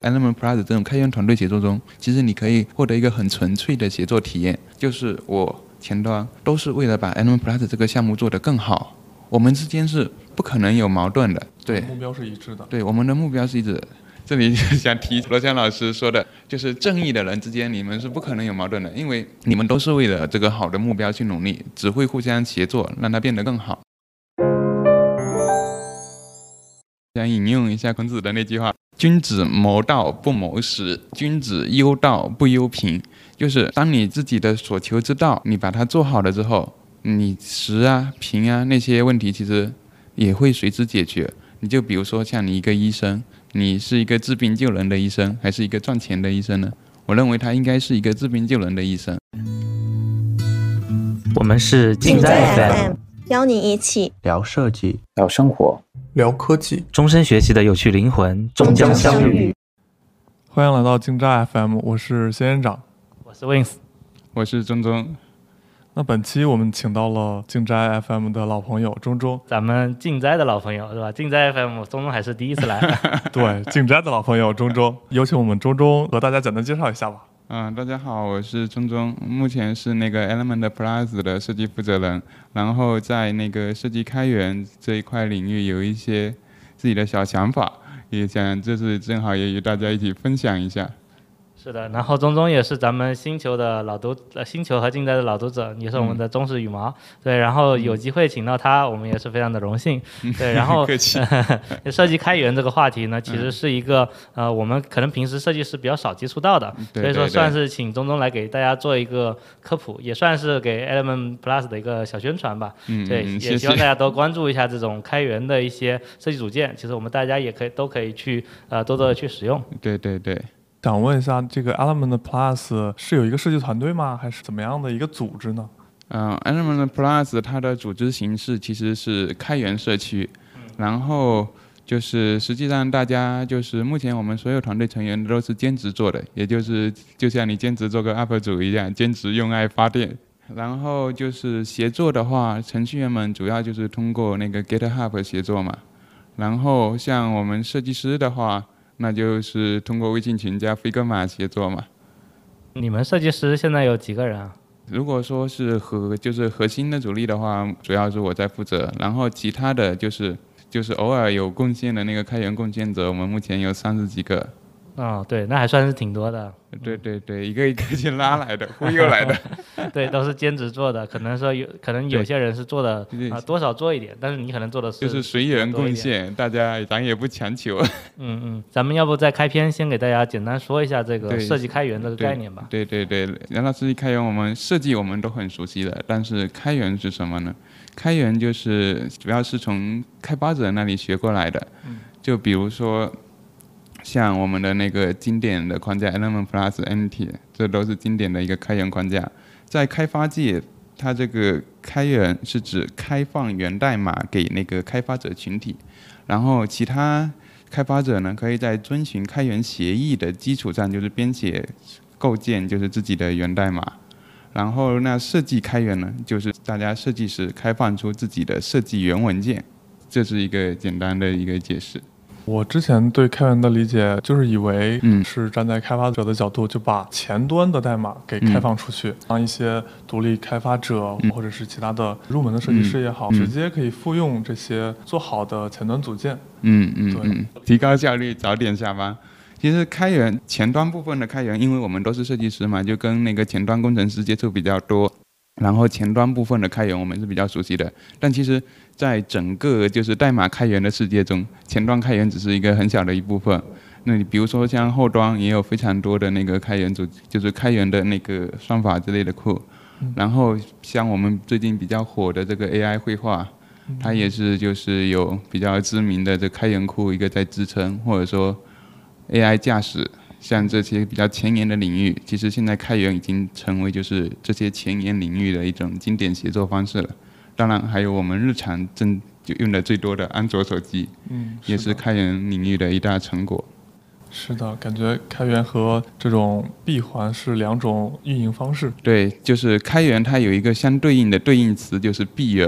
Element Plus 这种开源团队协作中，其实你可以获得一个很纯粹的协作体验，就是我前端都是为了把 Element Plus 这个项目做得更好，我们之间是不可能有矛盾的，对， 目标是一致的， 对，我们的目标是一致的。这里就想提罗翔老师说的，就是正义的人之间你们是不可能有矛盾的，因为你们都是为了这个好的目标去努力，只会互相协作，让它变得更好。想引用一下孔子的那句话：君子谋道不谋食，君子忧道不忧贫。就是当你自己的所求之道，你把它做好了之后，你食啊、贫啊那些问题其实也会随之解决。你就比如说像你一个医生，你是一个治病救人的医生，还是一个赚钱的医生呢？我认为他应该是一个治病救人的医生。 我们是尽在 FM， 邀你一起聊设计， 聊生活， 聊科技， 终身学习的有趣灵魂终将相遇。 欢迎来到竞摘 FM， 我是仙人掌， 我是 Wins， 我是钟钟。 那本期我们请到了竞摘 FM 的老朋友钟钟， 咱们竞摘的老朋友是吧？竞摘 FM 钟钟还是第一次来。 对，竞摘的老朋友钟钟，有请我们钟钟和大家简单介绍一下吧。 大家好，我是钟钟，目前是那个 Element Plus 的设计负责人，然后在那个设计开源这一块领域有一些自己的小想法，也想这次正好也与大家一起分享一下。 是的，然后钟钟也是咱们星球的星球和竞摘的老读者，也是我们的忠实羽毛。对，然后有机会请到他，我们也是非常的荣幸。对，然后设计开源这个话题呢，其实是一个我们可能平时设计师比较少接触到的，所以说算是请钟钟来给大家做一个科普，也算是给 Element Plus 的一个小宣传吧。对，也希望大家多关注一下这种开源的一些设计组件，其实我们大家也都可以去多多的去使用。 对对对。 想问一下，这个 Element Plus 是有一个设计团队吗？还是怎么样的一个组织呢 ？Element Plus 它的组织形式其实是开源社区，然后就是实际上大家就是目前我们所有团队成员都是兼职做的，也就是就像你兼职做个 UP 主一样，兼职用爱发电。然后就是协作的话，程序员们主要就是通过那个 GitHub 协作嘛。然后像我们设计师的话，那就是通过微信群加 Figma 协作嘛。 你们设计师现在有几个人啊？ 如果说是核心的主力的话，主要是我在负责，然后其他的就是偶尔有贡献的那个开源贡献者，我们目前有30几个。 哦，对，那还算是挺多的。 对对对，一个一个去拉来的，忽悠来的。 对，都是兼职做的，可能有些人是做的多少做一点，但是你可能做的就是随缘贡献，咱也不强求。 咱们要不在开篇先给大家简单说一下这个设计开源这个概念吧。 对对对，然后设计开源我们都很熟悉的，但是开源是什么呢？开源就是主要是从开发者那里学过来的，就比如说像我们的那个经典的框架 Element Plus Entity， 这都是经典的一个开源框架。在开发界，它这个开源是指开放源代码给那个开发者群体，然后其他开发者呢，可以在遵循开源协议的基础上，就是编写构建就是自己的源代码。然后那设计开源呢，就是大家设计师开放出自己的设计源文件，这是一个简单的一个解释。 我之前对开源的理解就是以为是站在开发者的角度，就把前端的代码给开放出去，让一些独立开发者或者是其他的入门的设计师也好，直接可以复用这些做好的前端组件。 提高效率，早点下班。其实开源前端部分的开源，因为我们都是设计师嘛，就跟那个前端工程师接触比较多，然后前端部分的开源我们是比较熟悉的。但其实在整个就是代码开源的世界中，前端开源只是一个很小的一部分。那你比如说像后端也有非常多的那个开源就是开源的那个算法之类的库，然后像我们最近比较火的这个 AI 绘画，它也是就是有比较知名的这开源库一个在支撑，或者说 AI 驾驶，像这些比较前沿的领域，其实现在开源已经成为就是这些前沿领域的一种经典协作方式了。当然还有我们日常就用的最多的安卓手机，也是开源领域的一大成果。 是的，感觉开源和这种闭环是两种运营方式。 对，就是开源它有一个相对应的对应词，就是闭源。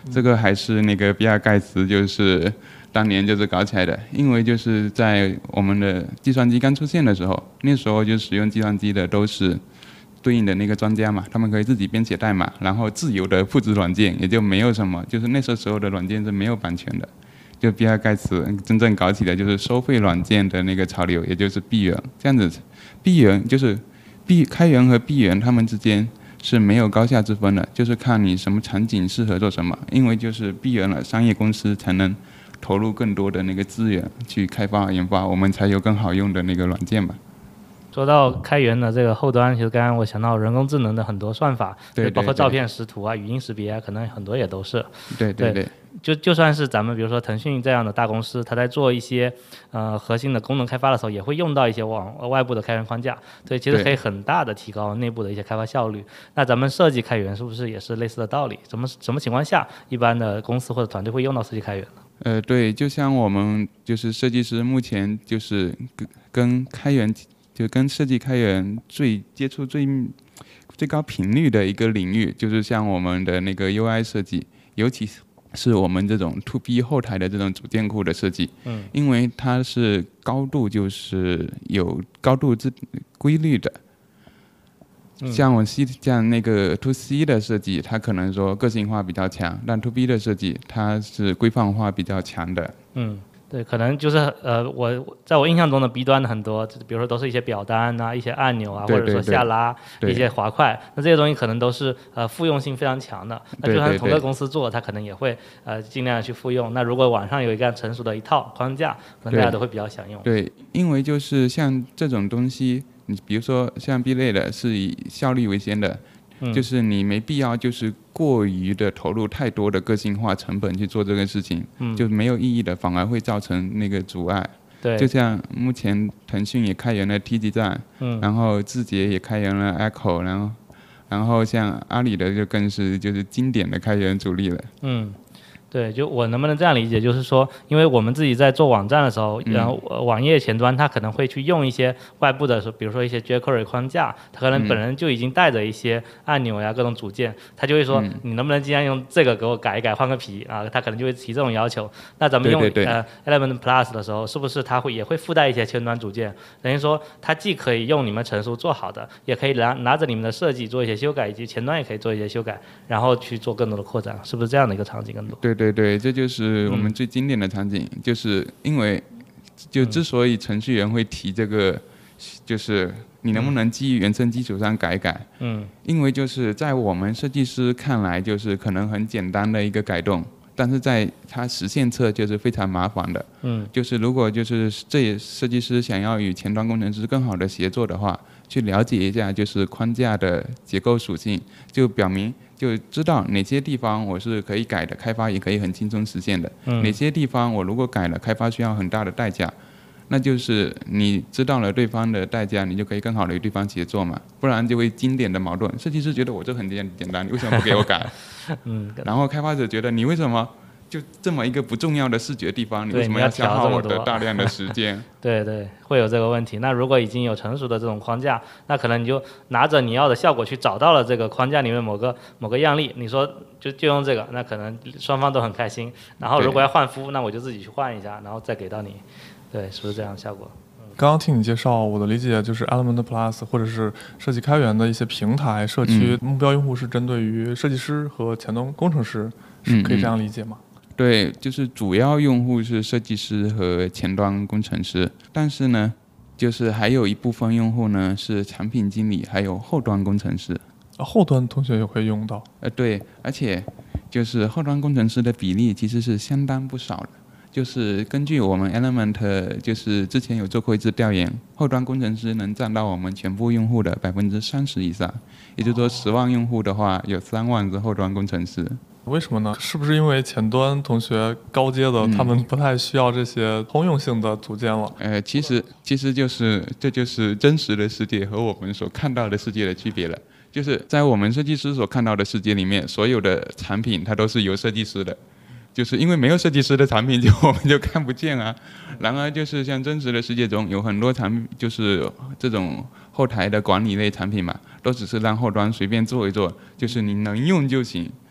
这个还是那个比尔盖茨就是当年就是搞起来的，因为就是在我们的计算机刚出现的时候，那时候就使用计算机的都是对应的那个专家嘛，他们可以自己编写代码，然后自由的复制软件，也就没有什么，就是那时候的软件是没有版权的。就比尔盖茨真正搞起的就是收费软件的那个潮流，也就是闭源这样子。闭源就是开源和闭源，它们之间是没有高下之分的，就是看你什么场景适合做什么。因为就是闭源了，商业公司才能投入更多的那个资源去开发研发，我们才有更好用的那个软件嘛。 说到开源的这个后端，其实刚刚我想到人工智能的很多算法， 对， 包括照片识图啊、语音识别啊，可能很多也都是。 对。 就算是咱们比如说腾讯这样的大公司，它在做一些核心的功能开发的时候，也会用到一些外部的开源框架，对，其实可以很大的提高内部的一些开发效率。那咱们设计开源是不是也是类似的道理？什么情况下一般的公司或者团队会用到设计开源呢？ 对，就像我们就是设计师目前就是跟开源就跟设计开源接触最高频率的一个领域，就是像我们的那个 UI 设计，尤其是我们这种 To B 后台的这种组件库的设计，因为它是有高度规律的。像那个 To C 的设计，它可能说个性化比较强，但 To B 的设计它是规范化比较强的。 对，可能就是在我印象中的 B 端的很多，比如说都是一些表单啊、一些按钮啊，或者说下拉一些滑块，那这些东西可能都是复用性非常强的。那就算同个公司做，它可能也会尽量去复用。那如果网上有一个成熟的一套框架，可能大家都会比较想用。 对，因为就是像这种东西，你比如说像 B 类的是以效率为先的。就是你没必要就是过于的投入太多的个性化成本去做这个事情，就没有意义的，反而会造成那个阻碍。 对， 就像目前腾讯也开源了 T 基站，然后字节也开源了 Echo， 然后像阿里的就更是就是经典的开源主力了。 对，就我能不能这样理解，就是说，因为我们自己在做网站的时候，然后网页前端它可能会去用一些外部的，比如说一些 jQuery 框架，它可能本人就已经带着一些按钮呀、各种组件，它就会说，你能不能尽量用这个给我改一改，换个皮啊？它可能就会提这种要求。那咱们用Element Plus 的时候，是不是它也会附带一些前端组件？等于说，它既可以用你们成熟做好的，也可以拿着你们的设计做一些修改，以及前端也可以做一些修改，然后去做更多的扩展，是不是这样的一个场景更多？ 对，这就是我们最经典的场景，就是因为之所以程序员会提这个，就是你能不能基于原生基础上改改，因为就是在我们设计师看来，就是可能很简单的一个改动，但是在它实现侧就是非常麻烦的。就是如果就是这设计师想要与前端工程师更好的协作的话，去了解一下就是框架的结构属性，就表明就知道哪些地方我是可以改的，开发也可以很轻松实现的，哪些地方我如果改了，开发需要很大的代价，那就是你知道了对方的代价，你就可以更好的与对方协作嘛，不然就会经典的矛盾，设计师觉得我这很简单，你为什么不给我改？然后开发者觉得你为什么就这么一个不重要的视觉地方，你为什么要消耗我的大量的时间？ 对，会有这个问题。那如果已经有成熟的这种框架，那可能你就拿着你要的效果去找到了这个框架里面某个样例，你说就用这个，那可能双方都很开心。然后如果要换肤，那我就自己去换一下，然后再给到你。对，是不是这样的效果？ 刚刚听你介绍，我的理解就是 Element Plus 或者是设计开源的一些平台社区，目标用户是针对于设计师和前端工程师，是可以这样理解吗？ 对，就是主要用户是设计师和前端工程师，但是呢，就是还有一部分用户呢是产品经理，还有后端工程师。 后端同学也会用到？ 对，而且就是后端工程师的比例其实是相当不少的。就是根据我们 Element 就是之前有做过一次调研，后端工程师能占到我们全部用户的30%以上，也就是说10万用户的话，有3万是后端工程师。 为什么呢？是不是因为前端同学高阶的，他们不太需要这些通用性的组件了？ 其实这就是真实的世界和我们所看到的世界的区别了。就是在我们设计师所看到的世界里面，所有的产品它都是由设计师的。就是因为没有设计师的产品我们就看不见啊。然而就是像真实的世界中有很多产品，就是这种后台的管理类产品嘛，都只是让后端随便做一做，就是你能用就行，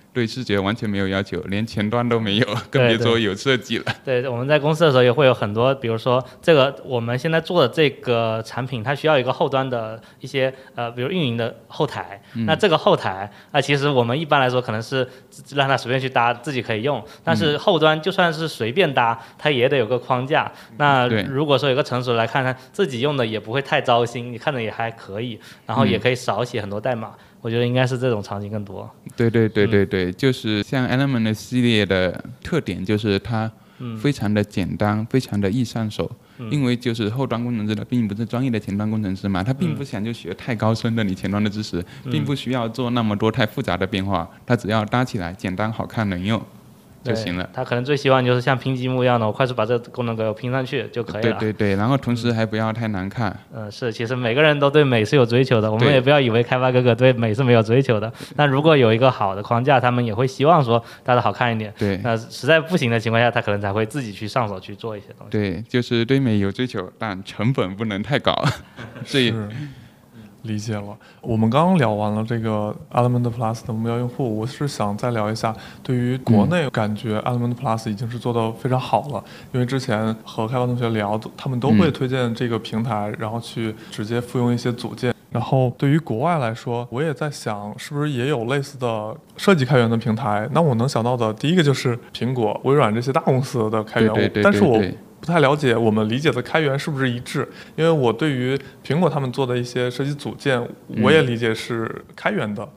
对视觉完全没有要求，连前端都没有，更别说有设计了。 对，我们在公司的时候也会有很多，比如说这个我们现在做的这个产品，它需要一个后端的一些比如运营的后台。那这个后台，其实我们一般来说可能是让它随便去搭，自己可以用。但是后端就算是随便搭，它也得有个框架。那如果说有个成熟来看，它自己用的也不会太糟心，你看着也还可以，然后也可以少写很多代码。我觉得应该是这种场景更多。 对，就是像 Element 的系列的特点就是它非常的简单，非常的易上手。因为就是后端工程师的并不是专业的前端工程师嘛，他并不想就学太高深的你前端的知识，并不需要做那么多太复杂的变化，他只要搭起来简单好看能用就行了。 他可能最希望就是像拼积木一样的，我快速把这个功能给我拼上去就可以了。 对，然后同时还不要太难看。 是，其实每个人都对美是有追求的，我们也不要以为开发哥哥对美是没有追求的。那如果有一个好的框架，他们也会希望说搭得好看一点。 对， 那实在不行的情况下，他可能才会自己去上手去做一些东西。 对，就是对美有追求，但成本不能太高。所以。 理解了。我们刚刚聊完了这个 Element Plus 的目标用户，我是想再聊一下，对于国内感觉 Element Plus 已经是做得非常好了。因为之前和开发同学聊，他们都会推荐这个平台，然后去直接复用一些组件。然后对于国外来说，我也在想，是不是也有类似的设计开源的平台？那我能想到的第一个就是苹果、微软这些大公司的开源，但是我不太了解我们理解的开源是不是一致，因为我对于苹果他们做的一些设计组件，我也理解是开源的。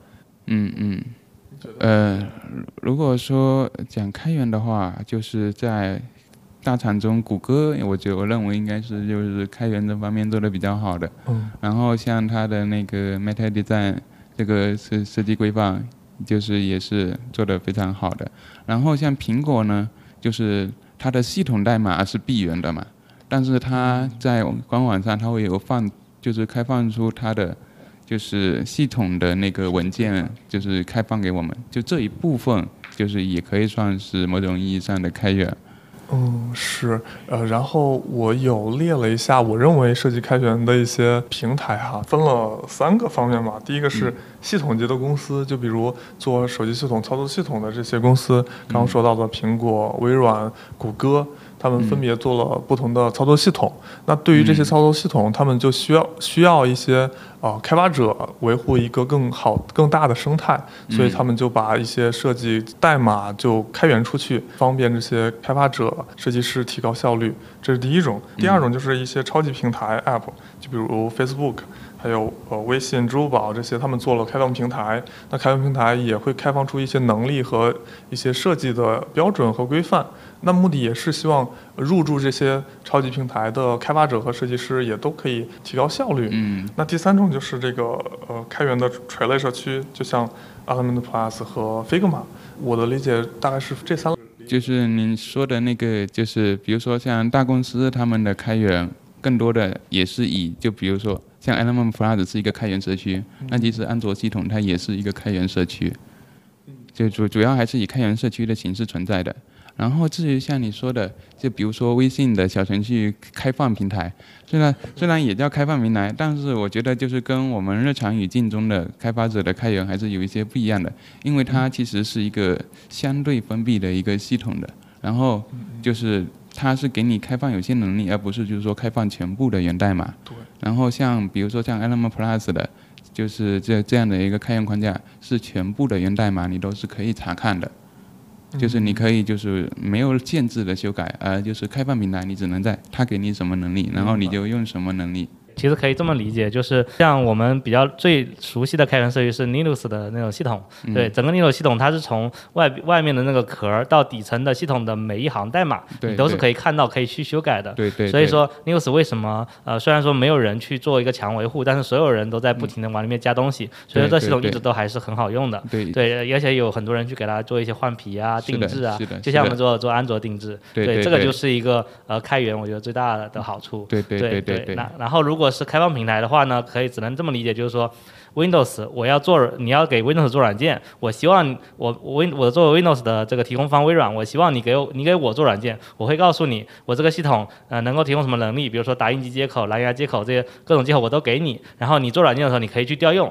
如果说讲开源的话，就是在大厂中，谷歌我认为应该是就是开源这方面做的比较好的。然后像它的那个 Meta Design 这个设计规范，就是也是做的非常好的。然后像苹果呢，就是它的系统代码是闭源的嘛，但是它在官网上它会有就是开放出它的就是系统的那个文件，就是开放给我们，就这一部分就是也可以算是某种意义上的开源。 是，然后我有列了一下我认为设计开源的一些平台分了3个方面吧。第一个是系统级的公司，就比如做手机系统、操作系统的这些公司，刚刚说到的苹果、微软、谷歌，他们分别做了不同的操作系统。那对于这些操作系统，他们就需要一些开发者维护一个更大的生态，所以他们就把一些设计代码就开源出去，方便这些开发者、设计师提高效率。这是第一种。第二种就是一些超级平台 App， 就比如 Facebook。还有微信、支付宝这些，他们做了开放平台。那开放平台也会开放出一些能力和一些设计的标准和规范。那目的也是希望入驻这些超级平台的开发者和设计师也都可以提高效率。那第3种就是这个开源的垂类社区，就像 Element Plus 和 Figma。我的理解大概是这3个。 就是你说的那个，就是比如说像大公司他们的开源，更多的也是就比如说。像 Element Plus 是一个开源社区，那其实安卓系统它也是一个开源社区，就主要还是以开源社区的形式存在的。然后至于像你说的，就比如说微信的小程序开放平台，虽然也叫开放平台，但是我觉得就是跟我们日常语境中的开发者的开源还是有一些不一样的，因为它其实是一个相对封闭的一个系统的，然后就是它是给你开放有些能力，而不是就是说开放全部的源代码。 对。 然后比如说像 Element Plus 的，就是这样的一个开源框架，是全部的源代码你都是可以查看的，就是你可以就是没有限制的修改，就是开放平台你只能在它给你什么能力，然后你就用什么能力。 其实可以这么理解，就是像我们比较最熟悉的开源社区是 Linux 的那种系统，对，整个 Linux 系统它是从外面的那个壳到底层的系统的每一行代码，你都是可以看到、可以去修改的。 对。 所以说 Linux 为什么虽然说没有人去做一个强维护，但是所有人都在不停的往里面加东西，所以说这系统一直都还是很好用的。对，而且有很多人去给它做一些换皮啊、定制啊，就像我们做安卓定制，对，这个就是一个开源我觉得最大的好处。 对。 然后如果是开放平台的话呢，只能这么理解，就是说 Windows 你要给 Windows 做软件，我希望我作为 Windows 的这个提供方微软，我希望你给我做软件，我会告诉你我这个系统能够提供什么能力，比如说打印机接口、蓝牙接口这些各种接口我都给你，然后你做软件的时候你可以去调用。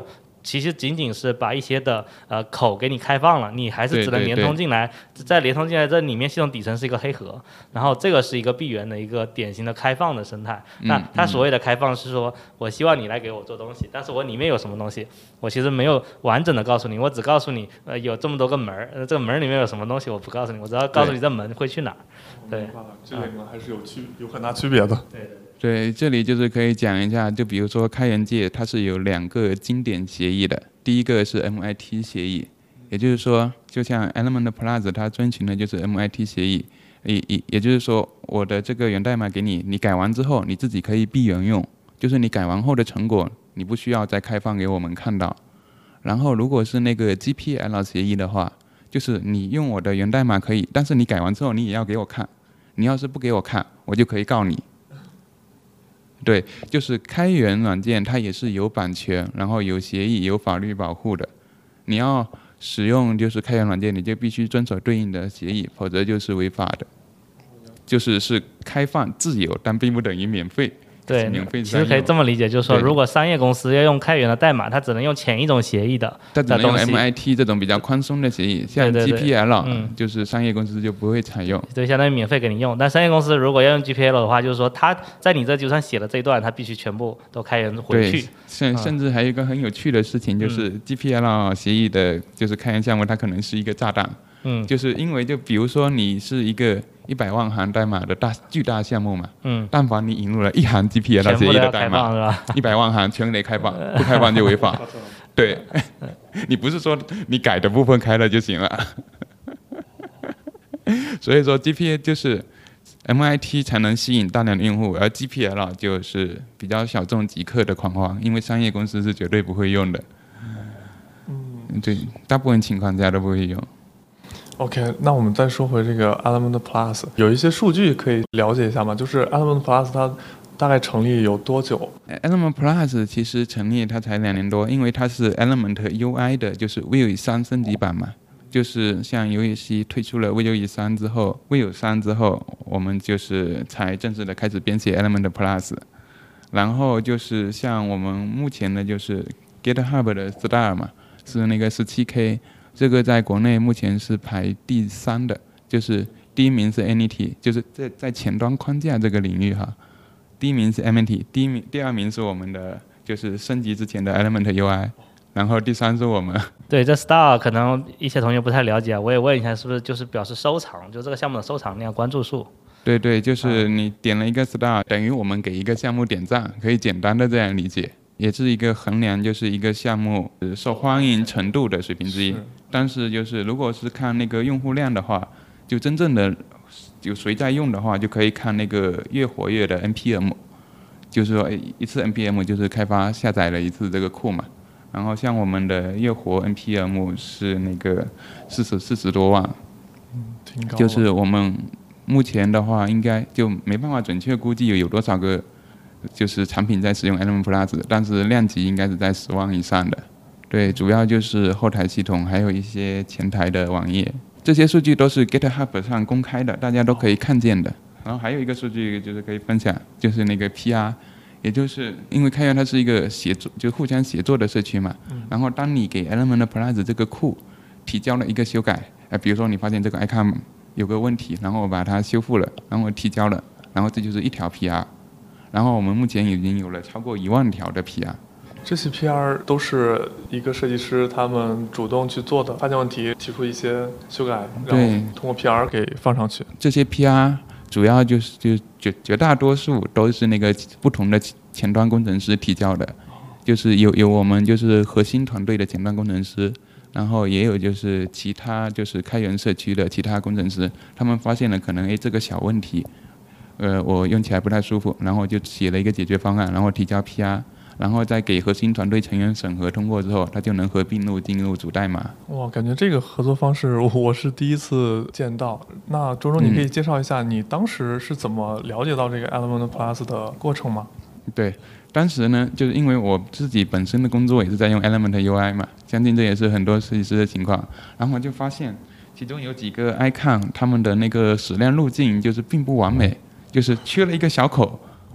其实仅仅是把一些的口给你开放了，你还是只能连通进来，再连通进来，这里面系统底层是一个黑盒，然后这个是一个闭源的一个典型的开放的生态。那它所谓的开放是说，我希望你来给我做东西，但是我里面有什么东西，我其实没有完整的告诉你，我只告诉你有这么多个门，这个门里面有什么东西我不告诉你，我只要告诉你这门会去哪儿。对， 这里面还是有很大区别的。 对，这里就是可以讲一下，就比如说开源界它是有2个经典协议的，第一个是 MIT 协议，也就是说，就像 Element Plus 它遵循的就是 MIT 协议，也就是说，我的这个源代码给你，你改完之后你自己可以闭源用，就是你改完后的成果你不需要再开放给我们看到。然后如果是那个 GPL 协议的话，就是你用我的源代码可以，但是你改完之后你也要给我看，你要是不给我看，我就可以告你。对，就是开源软件它也是有版权，然后有协议、有法律保护的。你要使用就是开源软件，你就必须遵守对应的协议，否则就是违法的。是开放自由，但并不等于免费。 对，其实可以这么理解，就是说，如果商业公司要用开源的代码，它只能用前一种协议的， 它只能用 MIT 这种比较宽松的协议，像 GPL 就是商业公司就不会采用。 对，相当于免费给你用。但商业公司如果要用 GPL 的话，就是说它在你这基础上写的这一段，它必须全部都开源回去。 甚至还有一个很有趣的事情，就是 GPL 协议的，就是开源项目，它可能是一个炸弹。就是因为就比如说你是一个100万行代码的巨大项目嘛，但凡你引入了1行 GPL 协议的代码，100万行全得开放，不开放就违法。对，你不是说你改的部分开了就行了。所以说 GPL 就是 MIT 才能吸引大量的用户，而 GPL 就是比较小众极客的狂欢，因为商业公司是绝对不会用的。对，大部分情况下都不会用。 OK， 那我们再说回这个 Element Plus， 有一些数据可以了解一下吗？就是 Element Plus 它大概成立有多久？ Element Plus 其实成立它才2年多，因为它是 Element UI 的，就是 Vue 3升级版嘛。就是像游戏推出了 Vue 3之后 ，Vue 3之后，我们就是才正式的开始编写 Element Plus。然后就是像我们目前的就是 GitHub 的 Star 嘛，是那个17K。这个在国内目前是排第3的，就是第1名是 Anity， 就是在前端框架这个领域哈，第1名是 Anity， 第2名是我们的就是升级之前的 Element UI， 然后第3是我们。 对，这 Star 可能一些同学不太了解，我也问一下，是不是就是表示收藏，就这个项目的收藏量、关注数？ 对，就是你点了一个 Star， 等于我们给一个项目点赞，可以简单的这样理解。也是一个衡量就是一个项目受欢迎程度的水平之一。但是就是如果是看那个用户量的话，就真正的有谁在用的话，就可以看那个月活跃的 NPM， 就是说一次 NPM 就是开发下载了一次这个库嘛。然后像我们的月活 NPM 是那个40多万， 挺高。 就是我们目前的话应该就没办法准确估计有多少个就是产品在使用 Element Plus， 但是量级应该是在10万以上的。对，主要就是后台系统，还有一些前台的网页，这些数据都是 GitHub 上公开的，大家都可以看见的。然后还有一个数据就是可以分享，就是那个 PR， 也就是因为开源它是一个协作，就互相协作的社区嘛。然后当你给 Element Plus 这个库提交了一个修改，比如说你发现这个 icon 有个问题，然后我把它修复了，然后我提交了，然后这就是1条 PR。然后我们目前已经有了超过1万条的 PR。 这些 PR 都是一个设计师他们主动去做的，发现问题提出一些修改，然后通过 PR 给放上去。 这些 PR 主要就是绝大多数都是那个不同的前端工程师提交的，就是有我们就是核心团队的前端工程师，然后也有就是其他就是开源社区的其他工程师，他们发现了可能这个小问题。我用起来不太舒服，然后就写了一个解决方案，然后提交 PR， 然后再给核心团队成员审核通过之后，它就能合并进入主代码。 哇，感觉这个合作方式我是第一次见到。那周周，你可以介绍一下你当时是怎么了解到这个 Element Plus 的过程吗？ 对，当时呢，就是因为我自己本身的工作也是在用 Element UI 嘛，相信这也是很多设计师的情况。然后我就发现，其中有几个 icon， 他们的那个矢量路径就是并不完美。就是缺了一个小口，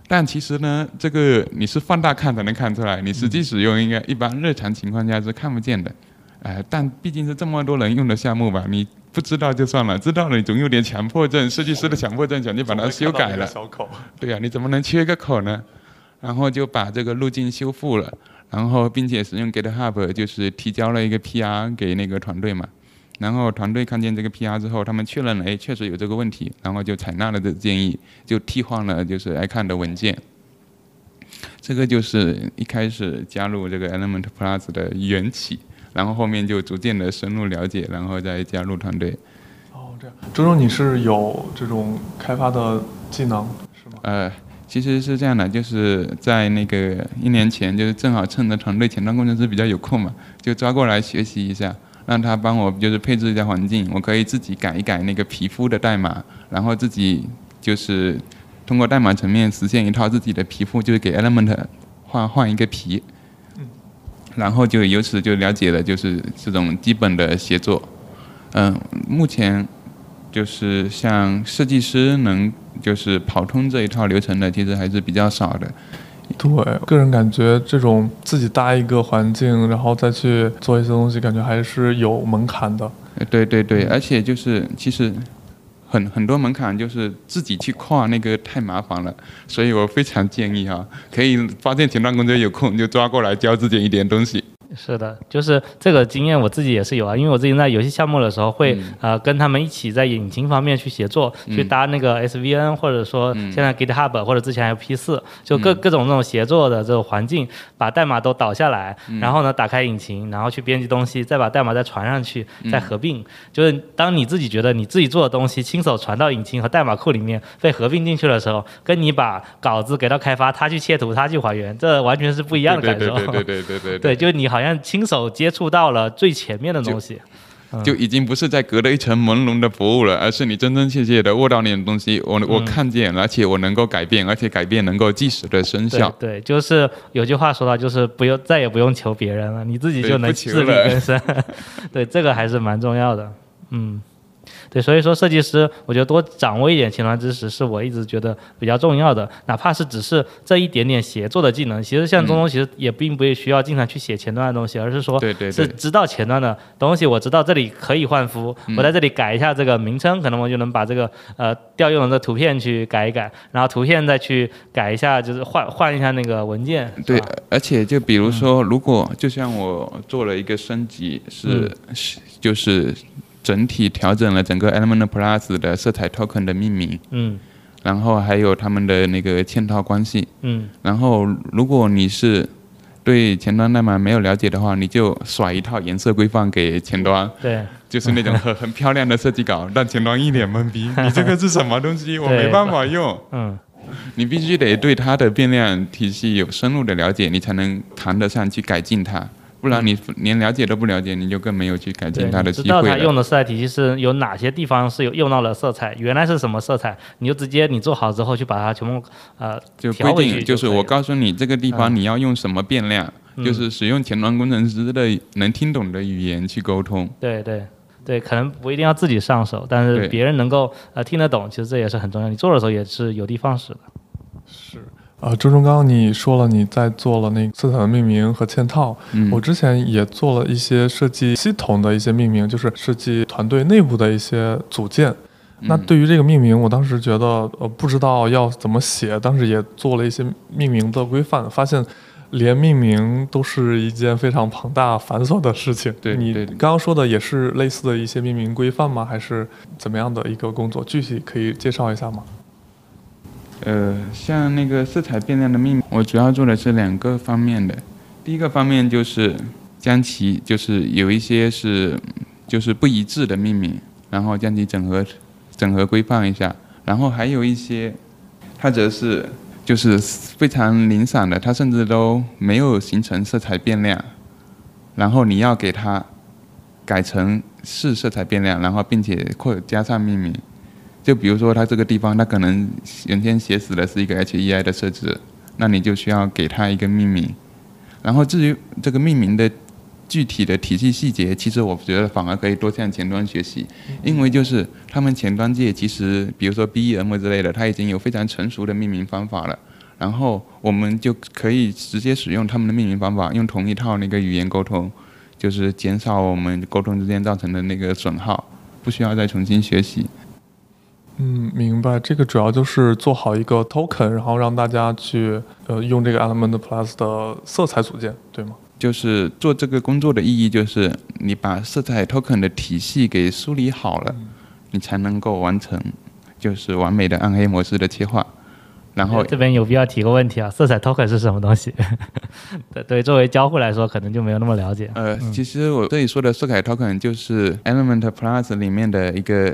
但其实呢，这个你是放大看才能看出来，你实际使用应该一般日常情况下是看不见的。但毕竟是这么多人用的项目吧，你不知道就算了，知道了你总有点强迫症，设计师的强迫症，想去把它修改了。对呀，你怎么能缺一个口呢？然后就把这个路径修复了，然后并且使用 GitHub 就是提交了一个 PR 给那个团队嘛。然后团队看见这个 PR 之后，他们确认了，确实有这个问题，然后就采纳了这个建议，就替换了就是 Icon 的文件。这个就是一开始加入这个 Element Plus 的缘起，然后后面就逐渐的深入了解，然后再加入团队。 这样，周周你是有这种开发的技能是吗？ 其实是这样的，就是在那个1年前，就是正好趁着团队前端工程师比较有空嘛，就抓过来学习一下。让他帮我就是配置一下环境，我可以自己改一改那个皮肤的代码，然后自己就是通过代码层面实现一套自己的皮肤，就是给 Element 换一个皮，然后就由此就了解了就是这种基本的协作。目前就是像设计师能就是跑通这一套流程的，其实还是比较少的。 对，个人感觉这种自己搭一个环境，然后再去做一些东西，感觉还是有门槛的。 对，而且就是其实很多门槛就是自己去跨那个太麻烦了，所以我非常建议可以发现前端工作有空就抓过来教自己一点东西。 是的，就是这个经验我自己也是有啊，因为我自己在游戏项目的时候会跟他们一起在引擎方面去协作，去搭那个 SVN 或者说现在 GitHub 或者之前还有 P4，就各种这种协作的这种环境，把代码都导下来，然后呢打开引擎，然后去编辑东西，再把代码再传上去，再合并。就是当你自己觉得你自己做的东西亲手传到引擎和代码库里面被合并进去的时候，跟你把稿子给到开发，他去切图，他去还原，这完全是不一样的感受。对，就是你好像亲手接触到了最前面的东西， 就已经不是在隔了一层朦胧的薄雾了，而是你真真切切的握到那种东西，我看见，而且我能够改变，而且改变能够即时的生效。 对，就是有句话说到，就是再也不用求别人了，你自己就能自力更生。对，这个还是蛮重要的。对，所以说设计师，我觉得多掌握一点前端知识是我一直觉得比较重要的，哪怕是只是这一点点协作的技能。其实像中其实也并不需要经常去写前端的东西，而是说是知道前端的东西，我知道这里可以换肤，我在这里改一下这个名称，可能我就能把这个调用的这图片去改一改，然后图片再去改一下，就是换一下那个文件。 对，而且就比如说，如果就像我做了一个升级，就是整体调整了整个 Element Plus 的色彩 token 的命名，然后还有他们的那个嵌套关系，然后如果你是对前端代码没有了解的话，你就甩一套颜色规范给前端， 对， 就是那种很漂亮的设计稿，让前端一脸懵逼，你这个是什么东西，我没办法用，你必须得对它的变量体系有深入的了解，你才能谈得上去改进它。不然你连了解都不了解，你就更没有去改进它的机会了。 知道它用的色彩体系是有哪些地方是有用到了色彩，原来是什么色彩，你就直接你做好之后去把它全部就规定，就是我告诉你这个地方你要用什么变量，就是使用前端工程师的能听懂的语言去沟通。 对，可能不一定要自己上手，但是别人能够听得懂，其实这也是很重要。你做的时候也是有的放矢的。 是。周中刚刚你说了你在做了那个色彩的命名和嵌套，我之前也做了一些设计系统的一些命名，就是设计团队内部的一些组件。那对于这个命名，我当时觉得不知道要怎么写，当时也做了一些命名的规范，发现连命名都是一件非常庞大繁琐的事情。 对， 你刚刚说的也是类似的一些命名规范吗？还是怎么样的一个工作？具体可以介绍一下吗？ 像那个色彩变量的命名，我主要做的是2个方面的。第一个方面就是将其就是有一些是就是不一致的命名，然后将其整合规范一下。然后还有一些它则是就是非常零散的，它甚至都没有形成色彩变量，然后你要给它改成是色彩变量，然后并且加上命名。就比如说它这个地方它可能原先写死的是一个 HEI 的设置，那你就需要给它一个命名。然后至于这个命名的具体的体系细节，其实我觉得反而可以多向前端学习，因为就是他们前端界其实比如说 BEM 之类的，它已经有非常成熟的命名方法了。 然后我们就可以直接使用他们的命名方法，用同一套那个语言沟通，就是减少我们沟通之间造成的那个损耗，不需要再重新学习。 明白。这个主要就是做好一个 token， 然后让大家去用这个 Element Plus 的色彩组件，对吗？ 就是做这个工作的意义就是你把色彩 token 的体系给梳理好了，你才能够完成就是完美的暗黑模式的切换。然后这边有必要提个问题啊，色彩 token 是什么东西？对，作为交互来说可能就没有那么了解。 其实我这里说的色彩 token 就是 Element Plus 里面的一个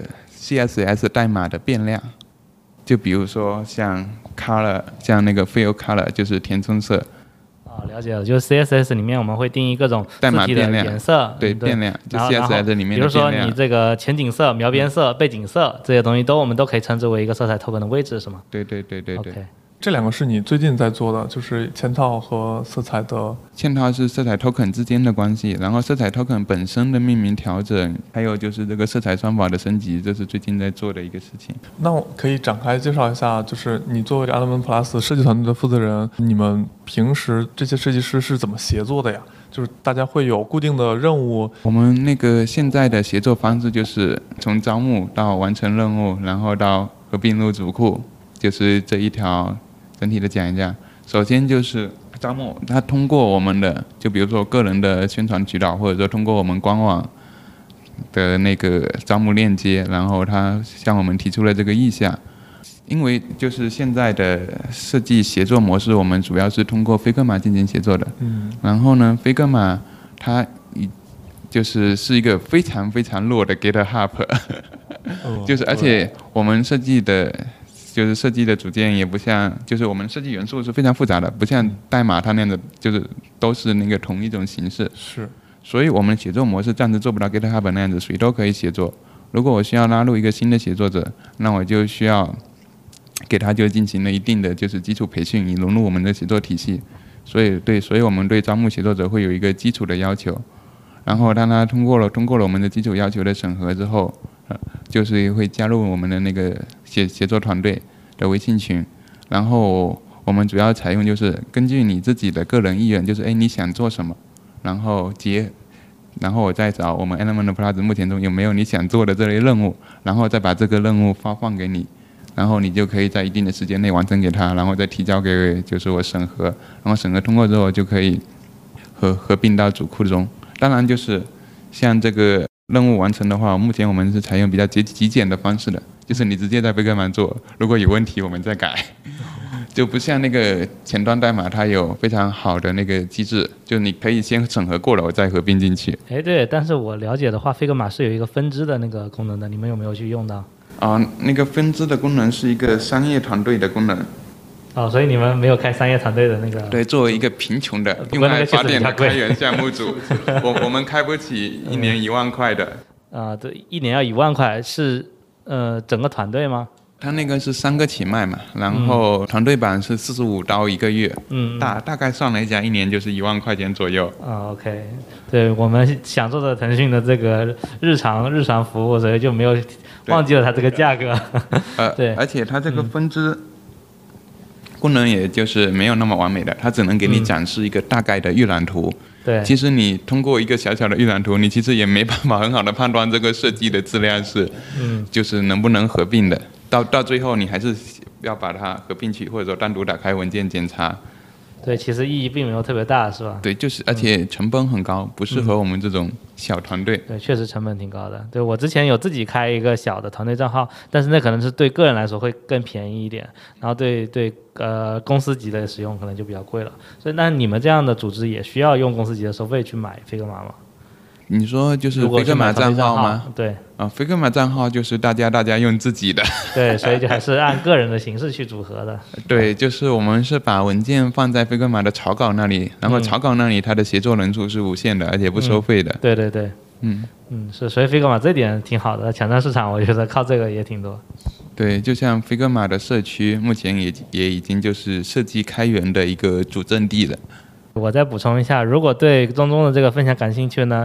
CSS 代码的变量，就比如说像 color， 像那个 fill color 就是填充色。 了解了，就是 CSS 里面我们会定义各种代码字体的颜色， 对变量，就 CSS 里面的变量。 比如说你这个前景色、描边色、背景色这些东西我们都可以称之为一个色彩 token 的位置，是吗？ 对。 Okay。 这两个是你最近在做的，就是嵌套和色彩的。 嵌套是色彩 token 之间的关系，然后色彩 token 本身的命名调整，还有就是这个色彩算法的升级，这是最近在做的一个事情。 那我可以展开介绍一下，就是你作为 Element Plus 设计团队的负责人，你们平时这些设计师是怎么协作的呀？就是大家会有固定的任务。 我们那个现在的协作方式就是从招募到完成任务，然后到合并入主库，就是这一条整体的讲一下。首先就是招募，他通过我们的，就比如说个人的宣传渠道，或者说通过我们官网的那个招募链接，然后他向我们提出了这个意向。因为就是现在的设计协作模式，我们主要是通过Figma进行协作的。然后呢，Figma它是一个非常非常弱的 GitHub， 就是而且我们设计的组件也不像，就是我们设计元素是非常复杂的，不像代码它那样的，就是都是那个同一种形式。 是。 所以我们协作模式暂时做不到 GitHub 那样子，谁都可以协作。如果我需要拉入一个新的协作者，那我就需要给他就进行了一定的就是基础培训，以融入我们的协作体系。所以我们对招募协作者会有一个基础的要求。然后当他通过了我们的基础要求的审核之后，就是会加入我们的那个协作团队的微信群。然后我们主要采用就是根据你自己的个人意愿，就是你想做什么，然后我再找我们 Element Plus 目前中有没有你想做的这类任务，然后再把这个任务发放给你，然后你就可以在一定的时间内完成给他，然后再提交给就是我审核，然后审核通过之后就可以合并到主库中。当然就是像这个任务完成的话，目前我们是采用比较极简的方式的，就是你直接在Figma做，如果有问题我们再改。就不像那个前端代码，它有非常好的那个机制，就你可以先审核过了，我再合并进去。 对，但是我了解的话，Figma是有一个分支的那个功能的，你们有没有去用到？ 那个分支的功能是一个商业团队的功能。 所以你们没有开商业团队的那个？ 对，作为一个贫穷的用爱发电的开源项目组，我们开不起1年1万块的。 对，1年要1万块，是整个团队吗？ 他那个是3个起卖嘛，然后团队版是45刀1个月，大概算了一下，1年就是1万块钱左右。 OK， 对，我们享受着腾讯的这个日常服务，所以就没有忘记了它这个价格。对， 而且它这个分支功能也就是没有那么完美的，它只能给你展示一个大概的预览图。 对， 其实你通过一个小小的预览图，你其实也没办法很好的判断这个设计的质量是，就是能不能合并的。到最后你还是要把它合并起，或者说单独打开文件检查。 对，其实意义并没有特别大，是吧？ 对，就是而且成本很高，不适合我们这种小团队。 对，确实成本挺高的。对，我之前有自己开一个小的团队账号，但是那可能是对个人来说会更便宜一点，然后对公司级的使用可能就比较贵了。所以那你们这样的组织也需要用公司级的收费去买Figma吗？ 你说就是Figma账号吗？ 对。 Figma账号就是大家用自己的。 对，所以就还是按个人的形式去组合的。 对，就是我们是把文件放在Figma的草稿那里，然后草稿那里它的协作人数是无限的，而且不收费的。 对。是，所以Figma这点挺好的，抢占市场，我觉得靠这个也挺多。 对，就像Figma的社区，目前也已经就是设计开源的一个主阵地了。 我再补充一下，如果对中的这个分享感兴趣呢，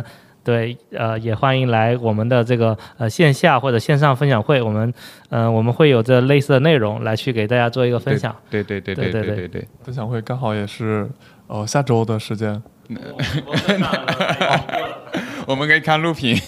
对，也欢迎来我们的这个线下或者线上分享会，我们会有这类似的内容来去给大家做一个分享。 对， 分享会刚好也是下周的时间。 我们可以看录屏。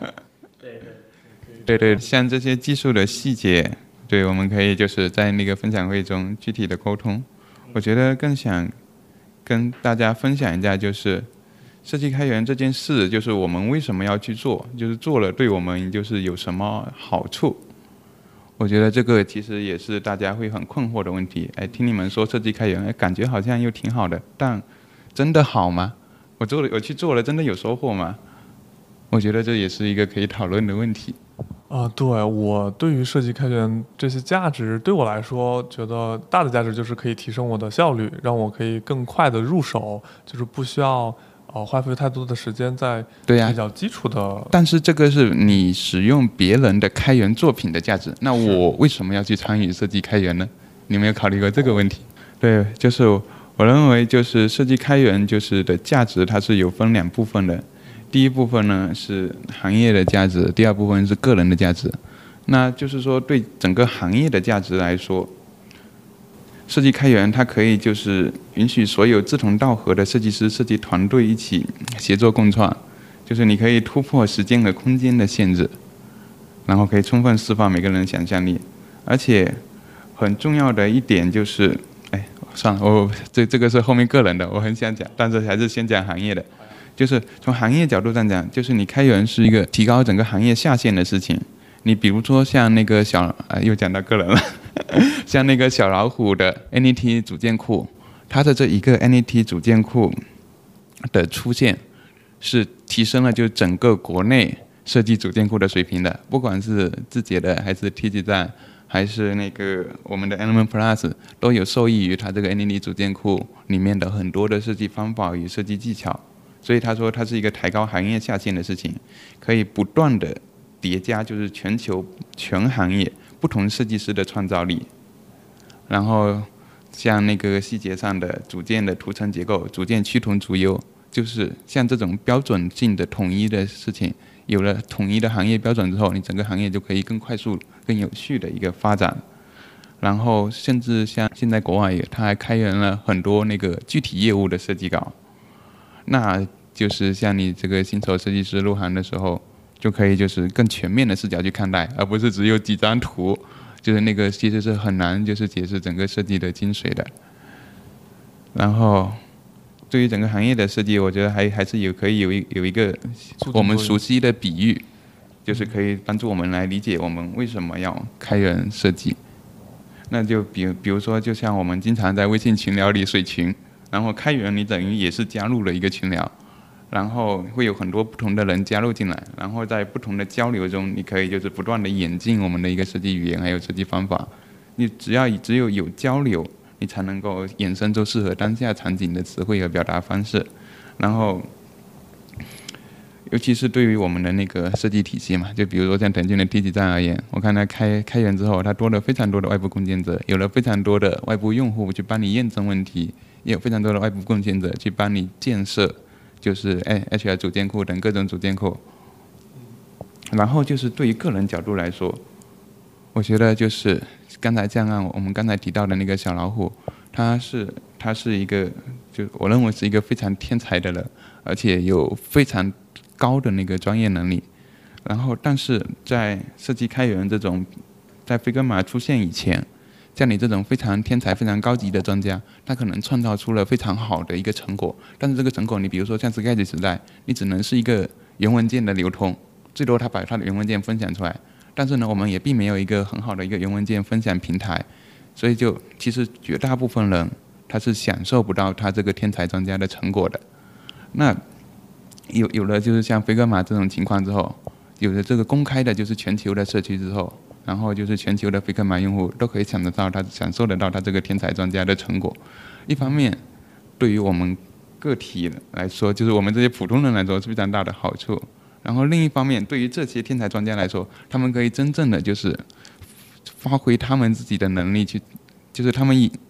对，像这些技术的细节，对，我们可以就是在那个分享会中具体的沟通。我觉得更想跟大家分享一下，就是设计开源这件事，就是我们为什么要去做，就是做了对我们就是有什么好处。我觉得这个其实也是大家会很困惑的问题。听你们说设计开源，感觉好像又挺好的，但真的好吗？我去做了，真的有收获吗？我觉得这也是一个可以讨论的问题。 对，我对于设计开源这些价值，对我来说，觉得大的价值就是可以提升我的效率，让我可以更快的入手，就是不需要花费太多的时间在比较基础的。 但是这个是你使用别人的开源作品的价值，那我为什么要去参与设计开源呢？你们有考虑过这个问题？对，就是我认为就是设计开源就是的价值，它是有分2部分的。第一部分呢是行业的价值，第二部分是个人的价值。那就是说对整个行业的价值来说，设计开源它可以就是允许所有志同道合的设计师、设计团队一起协作共创，就是你可以突破时间和空间的限制，然后可以充分释放每个人的想象力。而且很重要的一点就是，算了，这个是后面个人的，我很想讲，但是还是先讲行业的。就是从行业角度上讲，就是你开源是一个提高整个行业下限的事情。你比如说像那个又讲到个人了，像那个小老虎的 NET 组件库，它的这一个 NET 组件库的出现，是提升了就整个国内设计组件库的水平的，不管是字节的还是 T 字站，还是那个我们的 Element Plus， 都有受益于它这个 NET 组件库里面的很多的设计方法与设计技巧。所以他说它是一个抬高行业下限的事情，可以不断的叠加就是全行业不同设计师的创造力。然后像那个细节上的组件的图层结构、组件趋同逐优，就是像这种标准性的统一的事情，有了统一的行业标准之后，你整个行业就可以更快速、更有序的一个发展。然后甚至像现在国外它还开源了很多那个具体业务的设计稿。那就是像你这个新手设计师入行的时候，就可以就是更全面的视角去看待，而不是只有几张图，就是那个其实是很难就是解释整个设计的精髓的。然后对于整个行业的设计，我觉得还是可以有一个我们熟悉的比喻，就是可以帮助我们来理解我们为什么要开源设计。那就比如说，就像我们经常在微信群聊里水群，然后开源你等于也是加入了一个群聊，然后会有很多不同的人加入进来，然后在不同的交流中，你可以就是不断的演进我们的一个设计语言还有设计方法。你只有交流，你才能够衍生出适合当下场景的词汇和表达方式。然后尤其是对于我们的那个设计体系嘛，就比如说像腾讯的 T 字站而言，我看它开源之后，它多了非常多的外部贡献者，有了非常多的外部用户去帮你验证问题，也有非常多的外部贡献者去帮你建设，就是 HR 组件库等各种组件库。然后就是对于个人角度来说，我觉得就是刚才我们刚才提到的那个小老虎，他是一个，就我认为是一个非常天才的人，而且有非常高的那个专业能力。然后但是在设计开源这种在 Figma 出现以前，像你这种非常天才非常高级的专家，他可能创造出了非常好的一个成果，但是这个成果你比如说像 Sketch 时代，你只能是一个原文件的流通，最多他把他的原文件分享出来，但是呢我们也并没有一个很好的一个原文件分享平台，所以就其实绝大部分人他是享受不到他这个天才专家的成果的。那有了就是像Figma这种情况之后，有了这个公开的就是全球的社区之后，然后就是全球的 Figma 用户都可以享受得到他这个天才专家的成果。一方面对于我们个体来说，就是我们这些普通人来说是非常大的好处，然后另一方面对于这些天才专家来说，他们可以真正的就是发挥他们自己的能力去，就是他们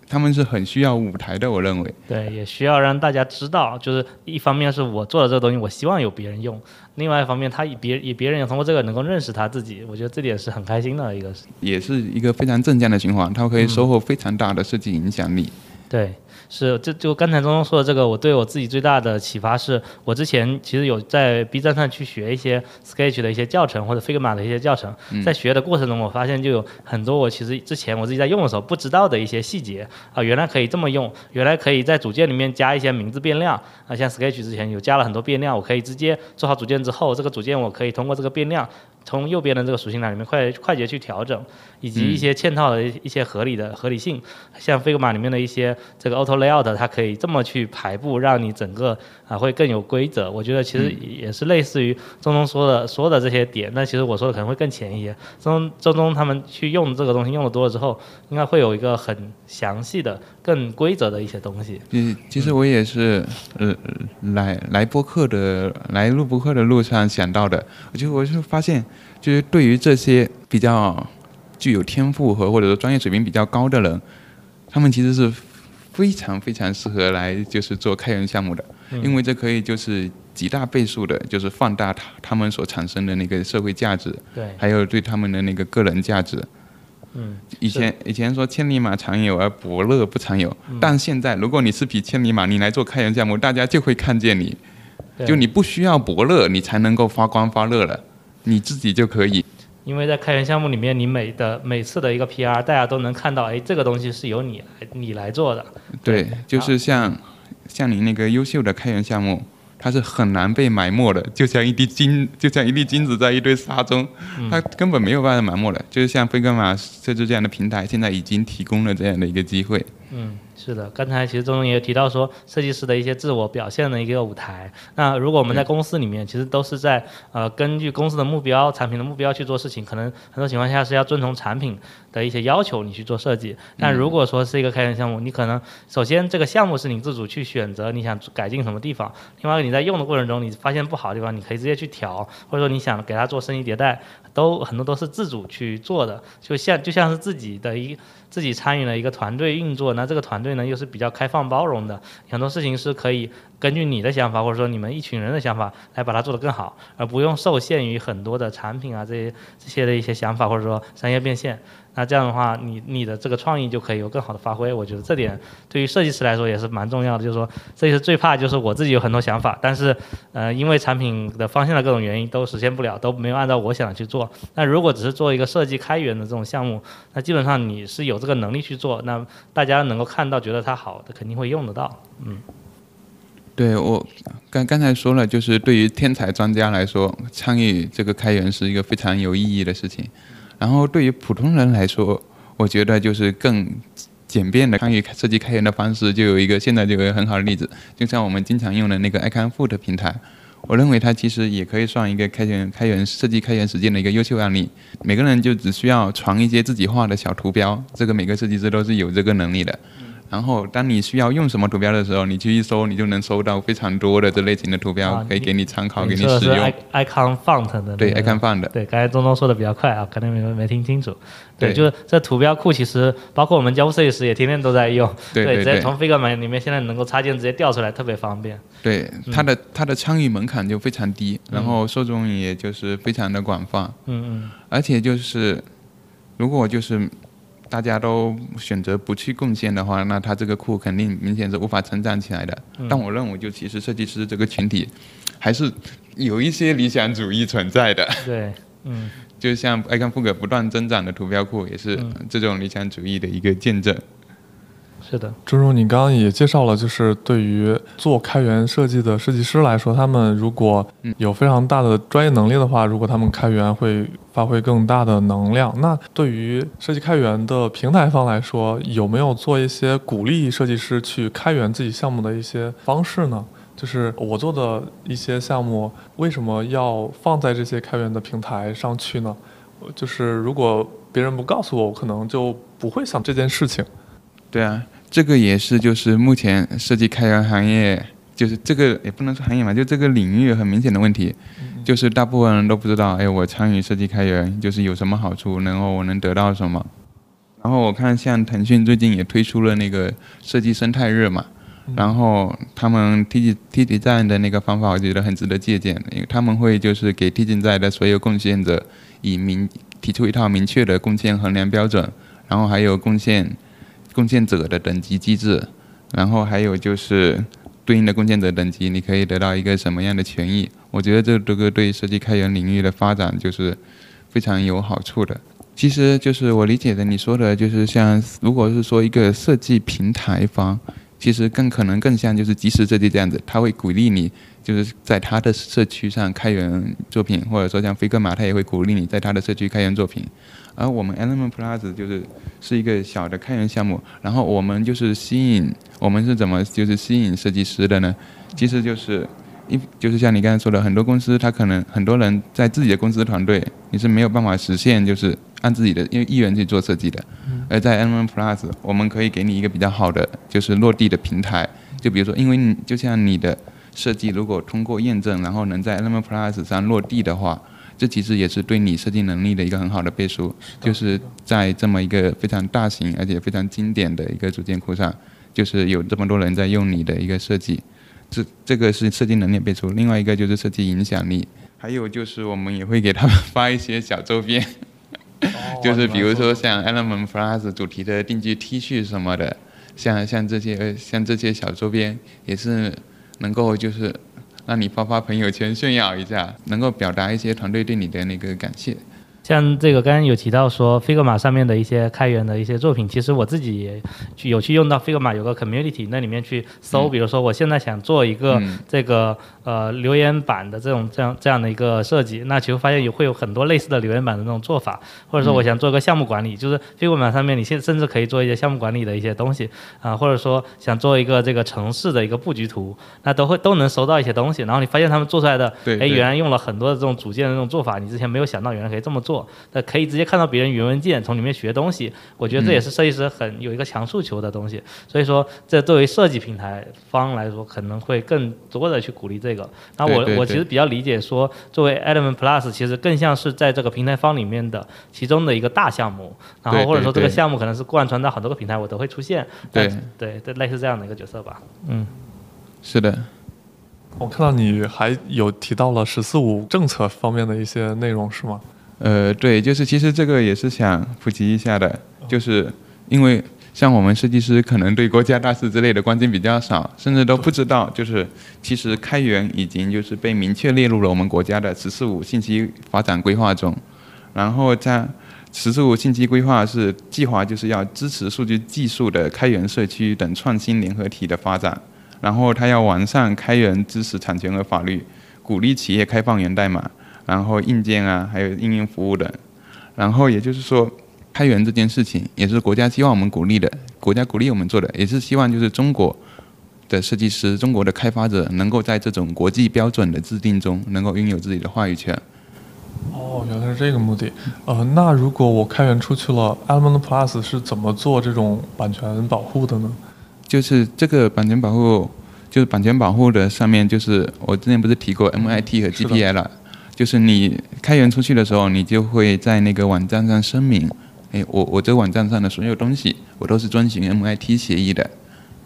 他们是很需要舞台的，我认为。 对，也需要让大家知道，就是一方面是我做的这个东西，我希望有别人用；另外一方面，别人也通过这个能够认识他自己，我觉得这点是很开心的一个事， 也是一个非常正向的循环，它可以收获非常大的设计影响力。 对。是，就刚才钟说的这个，我对我自己最大的启发是，我之前其实有在 B 站上去学一些 Sketch 的一些教程或者 Figma 的一些教程，在学的过程中，我发现就有很多我其实之前我自己在用的时候不知道的一些细节啊，原来可以这么用，原来可以在组件里面加一些名字变量啊，像 Sketch 之前有加了很多变量，我可以直接做好组件之后，这个组件我可以通过这个变量从右边的这个属性栏里面快捷去调整，以及一些嵌套的一些合理性，像 Figma 里面的一些这个 Auto Layout， 它可以这么去排布，让你整个会更有规则。我觉得其实也是类似于钟说的这些点，但其实我说的可能会更浅一些。钟他们去用这个东西用的多了之后，应该会有一个很详细的、更规则的一些东西。 其实我也是来录播客的路上想到的，我就发现，就是对于这些比较具有天赋或者说专业水平比较高的人，他们其实是非常非常适合来就是做开源项目的，因为这可以就是极大倍数的就是放大他们所产生的那个社会价值， 对， 还有对他们的那个个人价值。以前说千里马常有而伯乐不常有，但现在如果你是匹千里马，你来做开源项目，大家就会看见你，就你不需要伯乐你才能够发光发热了，你自己就可以。 因为在开源项目里面，你每次的一个 PR， 大家都能看到，哎，这个东西是由你来做的。 对，就是像你那个优秀的开源项目，它是很难被埋没的，就像一粒金子在一堆沙中，它根本没有办法埋没的。就是像Figma设置这样的平台，现在已经提供了这样的一个机会。 是的，刚才其实钟也有提到说，设计师的一些自我表现的一个舞台。那如果我们在公司里面，其实都是在根据公司的目标、产品的目标去做事情，可能很多情况下是要遵从产品的一些要求你去做设计。但如果说是一个开源项目，你可能首先这个项目是你自主去选择你想改进什么地方，另外你在用的过程中你发现不好的地方，你可以直接去调，或者说你想给它做升级迭代，很多都是自主去做的，就像是自己参与了一个团队运作，那这个团队呢又是比较开放包容的，很多事情是可以根据你的想法或者说你们一群人的想法来把它做得更好，而不用受限于很多的产品啊这些的一些想法或者说商业变现。那这样的话你的这个创意就可以有更好的发挥。我觉得这点对于设计师来说也是蛮重要的，就是说设计师最怕就是我自己有很多想法，但是因为产品的方向的各种原因都实现不了，都没有按照我想的去做。那如果只是做一个设计开源的这种项目，那基本上你是有这个能力去做，那大家能够看到觉得它好的肯定会用得到。 对，我刚才说了，就是对于天才专家来说，参与这个开源是一个非常有意义的事情。然后对于普通人来说，我觉得就是更简便的参与设计开源的方式，现在就有一个很好的例子，就像我们经常用的那个 iconfoot 平台，我认为它其实也可以算一个设计开源实践的一个优秀案例。每个人就只需要传一些自己画的小图标，这个每个设计师都是有这个能力的。然后当你需要用什么图标的时候，你去一搜，你就能搜到非常多的这类型的图标，可以给你参考，给你使用。 icon font 的， 对 icon font。 对，刚才钟说的比较快啊，可能没听清楚。对，就是这图标库其实包括我们交互设计师也天天都在用。对，直接从 Figma 里面现在能够插件直接调出来，特别方便。 对，它的参与门槛就非常低，然后受众也就是非常的广泛。而且就是如果就是大家都选择不去贡献的话，那它这个库肯定明显是无法成长起来的。但我认为就其实设计师这个群体还是有一些理想主义存在的。 对， 就像iconfoot不断增长的图标库也是这种理想主义的一个见证。 是的， 正如你刚刚也介绍了，就是对于做开源设计的设计师来说，他们如果有非常大的专业能力的话，如果他们开源会发挥更大的能量。那对于设计开源的平台方来说，有没有做一些鼓励设计师去开源自己项目的一些方式呢？就是我做的一些项目为什么要放在这些开源的平台上去呢？就是如果别人不告诉我，我可能就不会想这件事情。 对啊，这个也是就是目前设计开源行业，就是这个也不能说行业嘛，就这个领域很明显的问题，就是大部分人都不知道，我参与设计开源就是有什么好处，然后我能得到什么。 然后我看像腾讯最近也推出了那个设计生态日嘛，然后他们 T 站的那个方法，我觉得很值得借鉴，因为他们会就是给 T 站的所有贡献者提出一套明确的贡献衡量标准，然后还有贡献者的等级机制，然后还有就是对应的贡献者等级，你可以得到一个什么样的权益？我觉得这个对设计开源领域的发展就是非常有好处的。其实就是我理解的，你说的就是像如果是说一个设计平台方，其实可能更像就是即时设计这样子，他会鼓励你就是在他的社区上开源作品，或者说像Figma，他也会鼓励你在他的社区开源作品。而我们 Element Plus 是一个小的开源项目，然后我们是怎么吸引设计师的呢？其实就是像你刚才说的，很多公司他可能很多人在自己的公司团队，你是没有办法实现就是按自己的意愿去做设计的。而在 Element Plus， 我们可以给你一个比较好的就是落地的平台。就比如说，因为就像你的设计如果通过验证，然后能在 Element Plus 上落地的话，这其实也是对你设计能力的一个很好的背书。就是在这么一个非常大型而且非常经典的一个组件库上，就是有这么多人在用你的一个设计。这个是设计能力背书，另外一个就是设计影响力，还有就是我们也会给他们发一些小周边，就是比如说像 Element Plus 主题的定制 T 恤什么的，像这些小周边也是能够就是让你发朋友圈炫耀一下，能够表达一些团队对你的那个感谢。 像这个刚刚有提到说 Figma 上面的一些开源的一些作品，其实我自己也有去用到 Figma 有个 community， 那里面去搜，比如说我现在想做一个这个留言板的这样的一个设计，那其实发现会有很多类似的留言板的那种做法，或者说我想做一个项目管理，就是 Figma 上面你甚至可以做一些项目管理的一些东西或者说想做一个这个城市的一个布局图，那都能搜到一些东西，然后你发现他们做出来的，原来用了很多的这种组件的这种做法，你之前没有想到原来可以这么做。可以直接看到别人原文件，从里面学东西，我觉得这也是设计师有一个强诉求的东西。所以说，这作为设计平台方来说，可能会更多的去鼓励这个。那我其实比较理解说，作为 Element Plus， 其实更像是在这个平台方里面的其中的一个大项目，然后或者说这个项目可能是贯穿到很多个平台，我都会出现。对，类似这样的一个角色吧。 是的。 我看到你还有提到了“14.5”政策方面的一些内容，是吗？ 对，就是其实这个也是想普及一下的，就是因为像我们设计师可能对国家大事之类的关心比较少，甚至都不知道，就是其实开源已经就是被明确列入了我们国家的“14.5”信息发展规划中。然后在“14.5”信息规划是计划就是要支持数据技术的开源社区等创新联合体的发展，然后它要完善开源知识产权和法律，鼓励企业开放源代码，然后硬件还有应用服务等。然后也就是说，开源这件事情也是国家希望我们鼓励的，国家鼓励我们做的，也是希望就是中国的设计师、中国的开发者能够在这种国际标准的制定中，能够拥有自己的话语权。 原来是这个目的。那如果我开源出去了 ，Element Plus 是怎么做这种版权保护的呢？ 就是这个版权保护，就是版权保护的上面，就是我之前不是提过 MIT 和 GPL。就是你开源出去的时候，你就会在那个网站上声明，我这个网站上的所有东西，我都是遵循 MIT 协议的。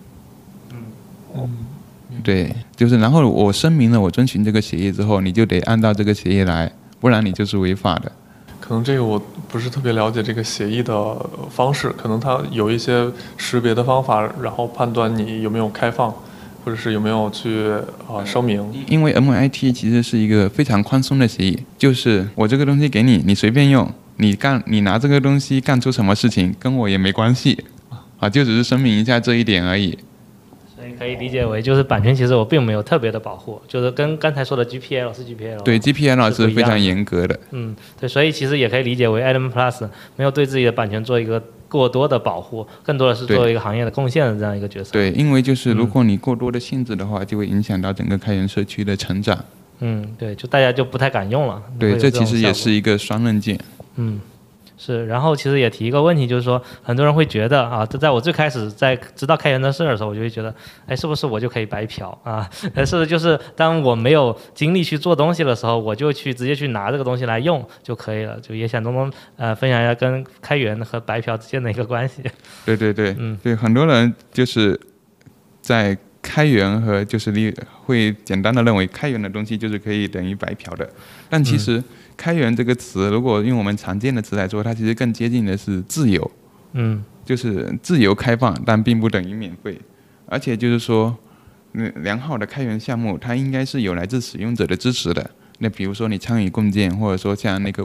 对，就是然后我声明了我遵循这个协议之后，你就得按照这个协议来，不然你就是违法的。 可能这个我不是特别了解这个协议的方式，可能它有一些识别的方法，然后判断你有没有开放。或者是有没有去声明？ 因为 MIT 其实是一个非常宽松的协议，就是我这个东西给你，你随便用，你拿这个东西干出什么事情跟我也没关系，就只是声明一下这一点而已。 所以可以理解为，就是版权其实我并没有特别的保护，就是跟刚才说的 GPL 是 GPL。 对 ，GPL 是非常严格的。 对，所以其实也可以理解为 Element Plus 没有对自己的版权做一个过多的保护，更多的是作为一个行业的贡献的这样一个角色。 对，因为就是如果你过多的限制的话，就会影响到整个开源社区的成长。 对，就大家就不太敢用了。 对，这其实也是一个双刃剑。 是，然后其实也提一个问题，就是说很多人会觉得啊，在我最开始在知道开源的事的时候，我就会觉得，哎，是不是我就可以白嫖啊？是就是当我没有精力去做东西的时候，我就直接去拿这个东西来用就可以了。就也想分享一下跟开源和白嫖之间的一个关系。 对对对，对，很多人就是在开源和就是你会简单的认为开源的东西就是可以等于白嫖的，但其实开源这个词，如果用我们常见的词来说，它其实更接近的是自由，就是自由开放，但并不等于免费。而且就是说，良好的开源项目，它应该是有来自使用者的支持的。那比如说你参与共建，或者说像那个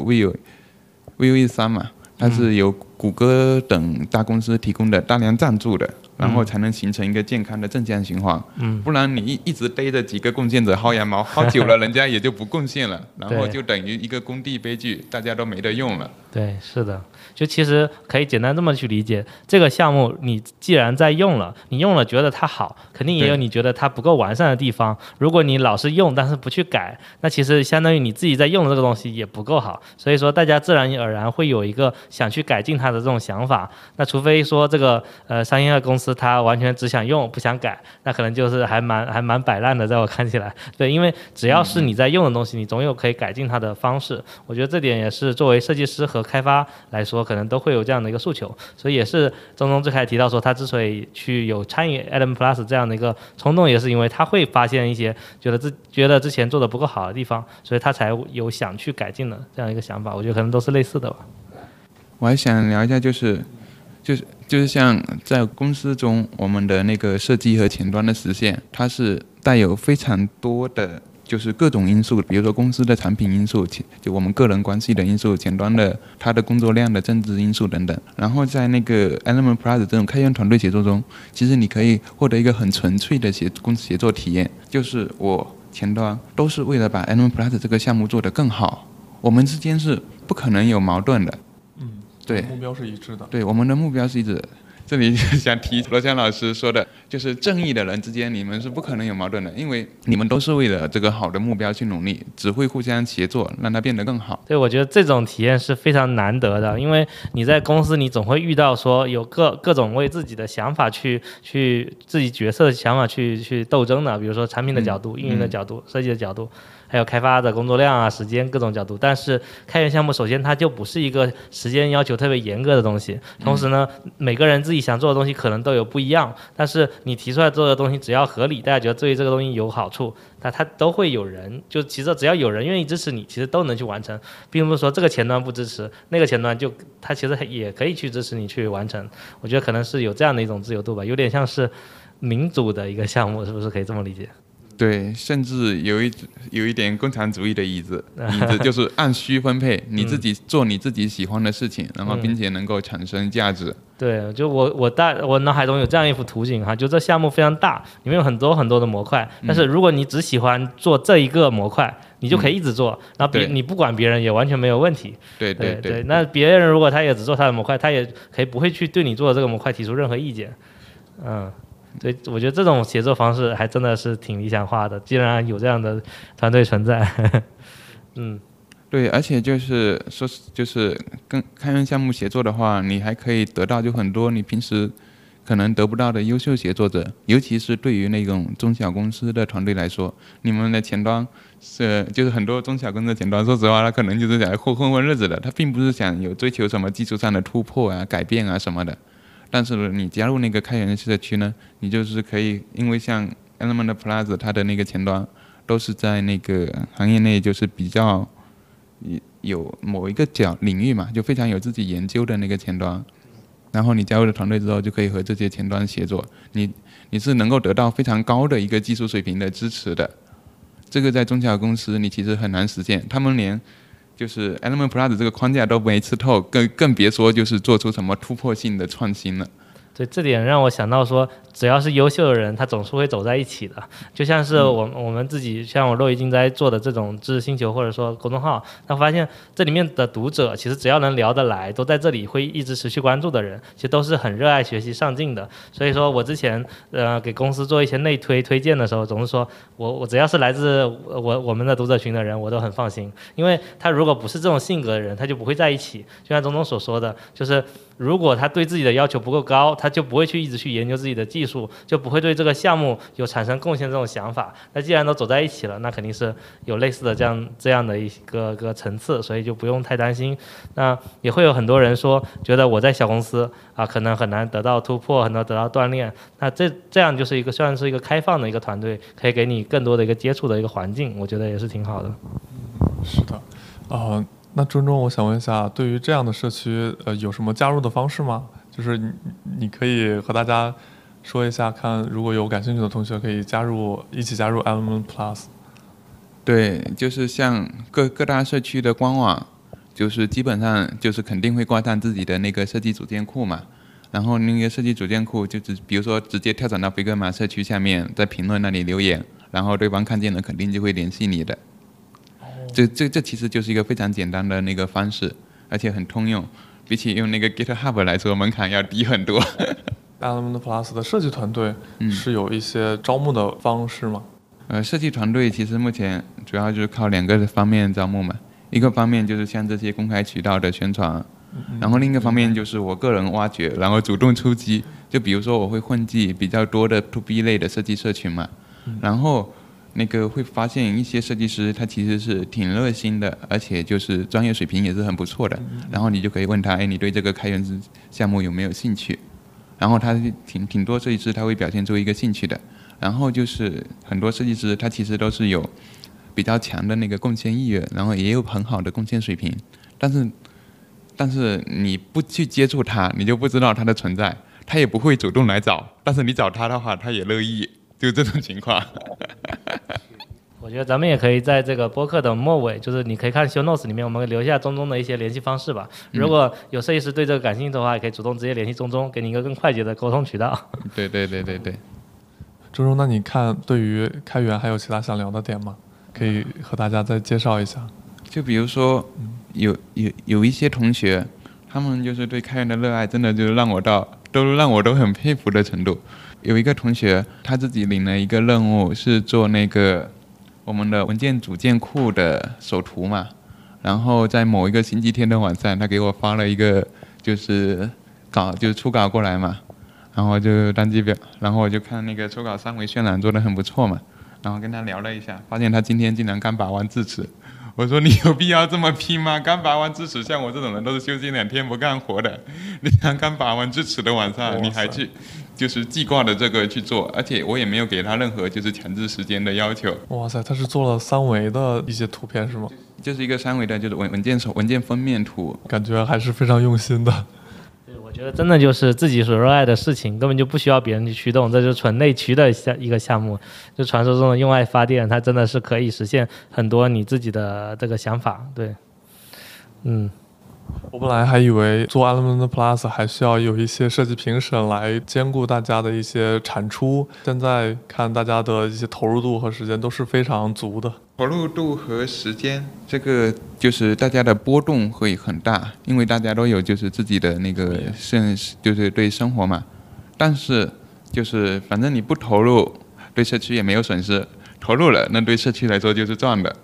Vue3嘛，它是由谷歌等大公司提供的大量赞助的，然后才能形成一个健康的正向循环。不然你一直逮着几个贡献者薅羊毛，薅久了人家也就不贡献了，然后就等于一个工地悲剧，大家都没得用了。 对，是的，就其实可以简单这么去理解，这个项目你既然在用了，你用了觉得它好，肯定也有你觉得它不够完善的地方。如果你老是用但是不去改，那其实相当于你自己在用的这个东西也不够好。所以说大家自然而然会有一个想去改进它的这种想法。那除非说这个商业公司它完全只想用不想改，那可能就是还蛮摆烂的，在我看起来。对，因为只要是你在用的东西，你总有可以改进它的方式。我觉得这点也是作为设计师和开发来说，可能都会有这样的一个诉求。所以也是中最开始提到说，他之所以去有参与 Element Plus 这样的一个冲动，也是因为他会发现一些觉得之前做的不够好的地方，所以他才有想去改进的这样一个想法。我觉得可能都是类似的吧。 我还想聊一下，就是像在公司中，我们的那个设计和前端的实现，它是带有非常多的就是各种因素，比如说公司的产品因素，就我们个人关系的因素，前端的它的工作量的政治因素等等。然后在那个 Element Plus 这种开源团队协作中，其实你可以获得一个很纯粹的协作体验，就是我前端都是为了把 Element Plus 这个项目做得更好，我们之间是不可能有矛盾的。对， 目标是一致的。 对，我们的目标是一致的。这里想提罗翔老师说的，就是正义的人之间，你们是不可能有矛盾的，因为你们都是为了这个好的目标去努力，只会互相协作，让它变得更好。 对，我觉得这种体验是非常难得的，因为你在公司，你总会遇到说有各种为自己的想法去自己角色的想法去斗争的，比如说产品的角度、运营的角度、设计的角度。还有开发的工作量啊、时间各种角度，但是开源项目首先它就不是一个时间要求特别严格的东西，同时呢，每个人自己想做的东西可能都有不一样，但是你提出来做的东西只要合理，大家觉得对这个东西有好处，那它都会有人，就其实只要有人愿意支持你，其实都能去完成，并不是说这个前端不支持，那个前端就它其实也可以去支持你去完成。我觉得可能是有这样的一种自由度吧，有点像是民主的一个项目，是不是可以这么理解？ 对，甚至有一点共产主义的椅子就是按需分配，你自己做你自己喜欢的事情，然后并且能够产生价值。 对，就我脑海中有这样一幅图景哈，就这项目非常大，里面有很多很多的模块，但是如果你只喜欢做这一个模块，你就可以一直做，然后你不管别人也完全没有问题。对，那别人如果他也只做他的模块，他也可以不会去对你做的这个模块提出任何意见。对，我觉得这种协作方式还真的是挺理想化的，既然有这样的团队存在。 对，而且就是跟开源项目协作的话，你还可以得到就很多你平时可能得不到的优秀协作者，尤其是对于那种中小公司的团队来说，你们的前端就是很多中小公司的前端，说实话，他可能就是想混日子的，他并不是想有追求什么技术上的突破啊、改变啊什么的。但是你加入那个开源社区呢，你就是可以，因为像 Element Plus 它的那个前端都是在那个行业内就是比较有某一个领域嘛，就非常有自己研究的那个前端，然后你加入了团队之后，就可以和这些前端协作，你是能够得到非常高的一个技术水平的支持的。这个在中小公司你其实很难实现，他们连就是 Element Plus 这个框架都没吃透，更别说就是做出什么突破性的创新了。 对，这点让我想到说，只要是优秀的人，他总是会走在一起的。就像是我们自己，像我肉已经在做的这种知识星球或者说公众号，那发现这里面的读者，其实只要能聊得来，都在这里会一直持续关注的人，其实都是很热爱学习上进的。所以说我之前给公司做一些内推荐的时候，总是说我只要是来自我们的读者群的人，我都很放心，因为他如果不是这种性格的人，他就不会在一起。就像钟钟所说的，就是如果他对自己的要求不够高，他就不会去一直去研究自己的技术，就不会对这个项目有产生贡献这种想法。那既然都走在一起了，那肯定是有类似的这样的一个层次，所以就不用太担心。那也会有很多人说，觉得我在小公司啊，可能很难得到突破，很难得到锻炼。那这样就是算是一个开放的一个团队，可以给你更多的一个接触的一个环境，我觉得也是挺好的。 是的，那钟钟，我想问一下，对于这样的社区，有什么加入的方式吗？就是你可以和大家说一下，看如果有感兴趣的同学可以一起加入 Element Plus。 对，就是像各大社区的官网，就是基本上就是肯定会挂上自己的那个设计组件库嘛。然后那个设计组件库就比如说直接跳转到 Figma 社区下面，在评论那里留言，然后对方看见了肯定就会联系你的。这其实就是一个非常简单的那个方式，而且很通用，比起用那个 GitHub 来说，门槛要低很多。 Element Plus 的设计团队是有一些招募的方式吗？ 设计团队其实目前主要就是靠2个方面招募嘛，一个方面就是像这些公开渠道的宣传，然后另一个方面就是我个人挖掘，然后主动出击。就比如说我会混迹比较多的 To B 类的设计社群嘛，然后那个会发现一些设计师他其实是挺热心的，而且就是专业水平也是很不错的，然后你就可以问他，你对这个开源项目有没有兴趣？然后他挺多设计师他会表现出一个兴趣的，然后就是很多设计师他其实都是有比较强的那个贡献意愿，然后也有很好的贡献水平，但是你不去接触他，你就不知道他的存在，他也不会主动来找，但是你找他的话，他也乐意。就这种情况。 我觉得咱们也可以在这个播客的末尾，就是你可以看 show notes 里面，我们留下钟钟的一些联系方式吧。如果有设计师对这个感兴趣的话，也可以主动直接联系钟钟，给你一个更快捷的沟通渠道。对。 钟钟，那你看对于开源还有其他想聊的点吗？可以和大家再介绍一下。 就比如说，有一些同学，他们就是对开源的热爱，真的就是让我都很佩服的程度。有一个同学，他自己领了一个任务，是做那个我们的文件组件库的首图嘛。然后在某一个星期天的晚上，他给我发了一个就是初稿过来嘛，然后就单机表，然后我就看那个初稿3维渲染做得很不错嘛，然后跟他聊了一下，发现他今天竟然刚拔完智齿。我说你有必要这么拼吗？刚拔完智齿，像我这种人都是休息2天不干活的。你刚拔完智齿的晚上，你还去就是记挂的这个去做，而且我也没有给他任何就是强制时间的要求。 哇塞，他是做了3维的一些图片是吗？ 就是一个3维的，就是文件封面图， 感觉还是非常用心的。 对，我觉得真的就是自己所热爱的事情，根本就不需要别人去驱动，这就是纯内驱的一个项目。就传说中的用爱发电，它真的是可以实现很多你自己的这个想法。对， 我本来还以为做 Element Plus 还需要有一些设计评审来兼顾大家的一些产出，现在看大家的一些投入度和时间都是非常足的。 投入度和时间，这个就是大家的波动会很大，因为大家都有就是自己的那个就是对生活嘛。但是就是反正你不投入，对社区也没有损失；投入了，那对社区来说就是赚的。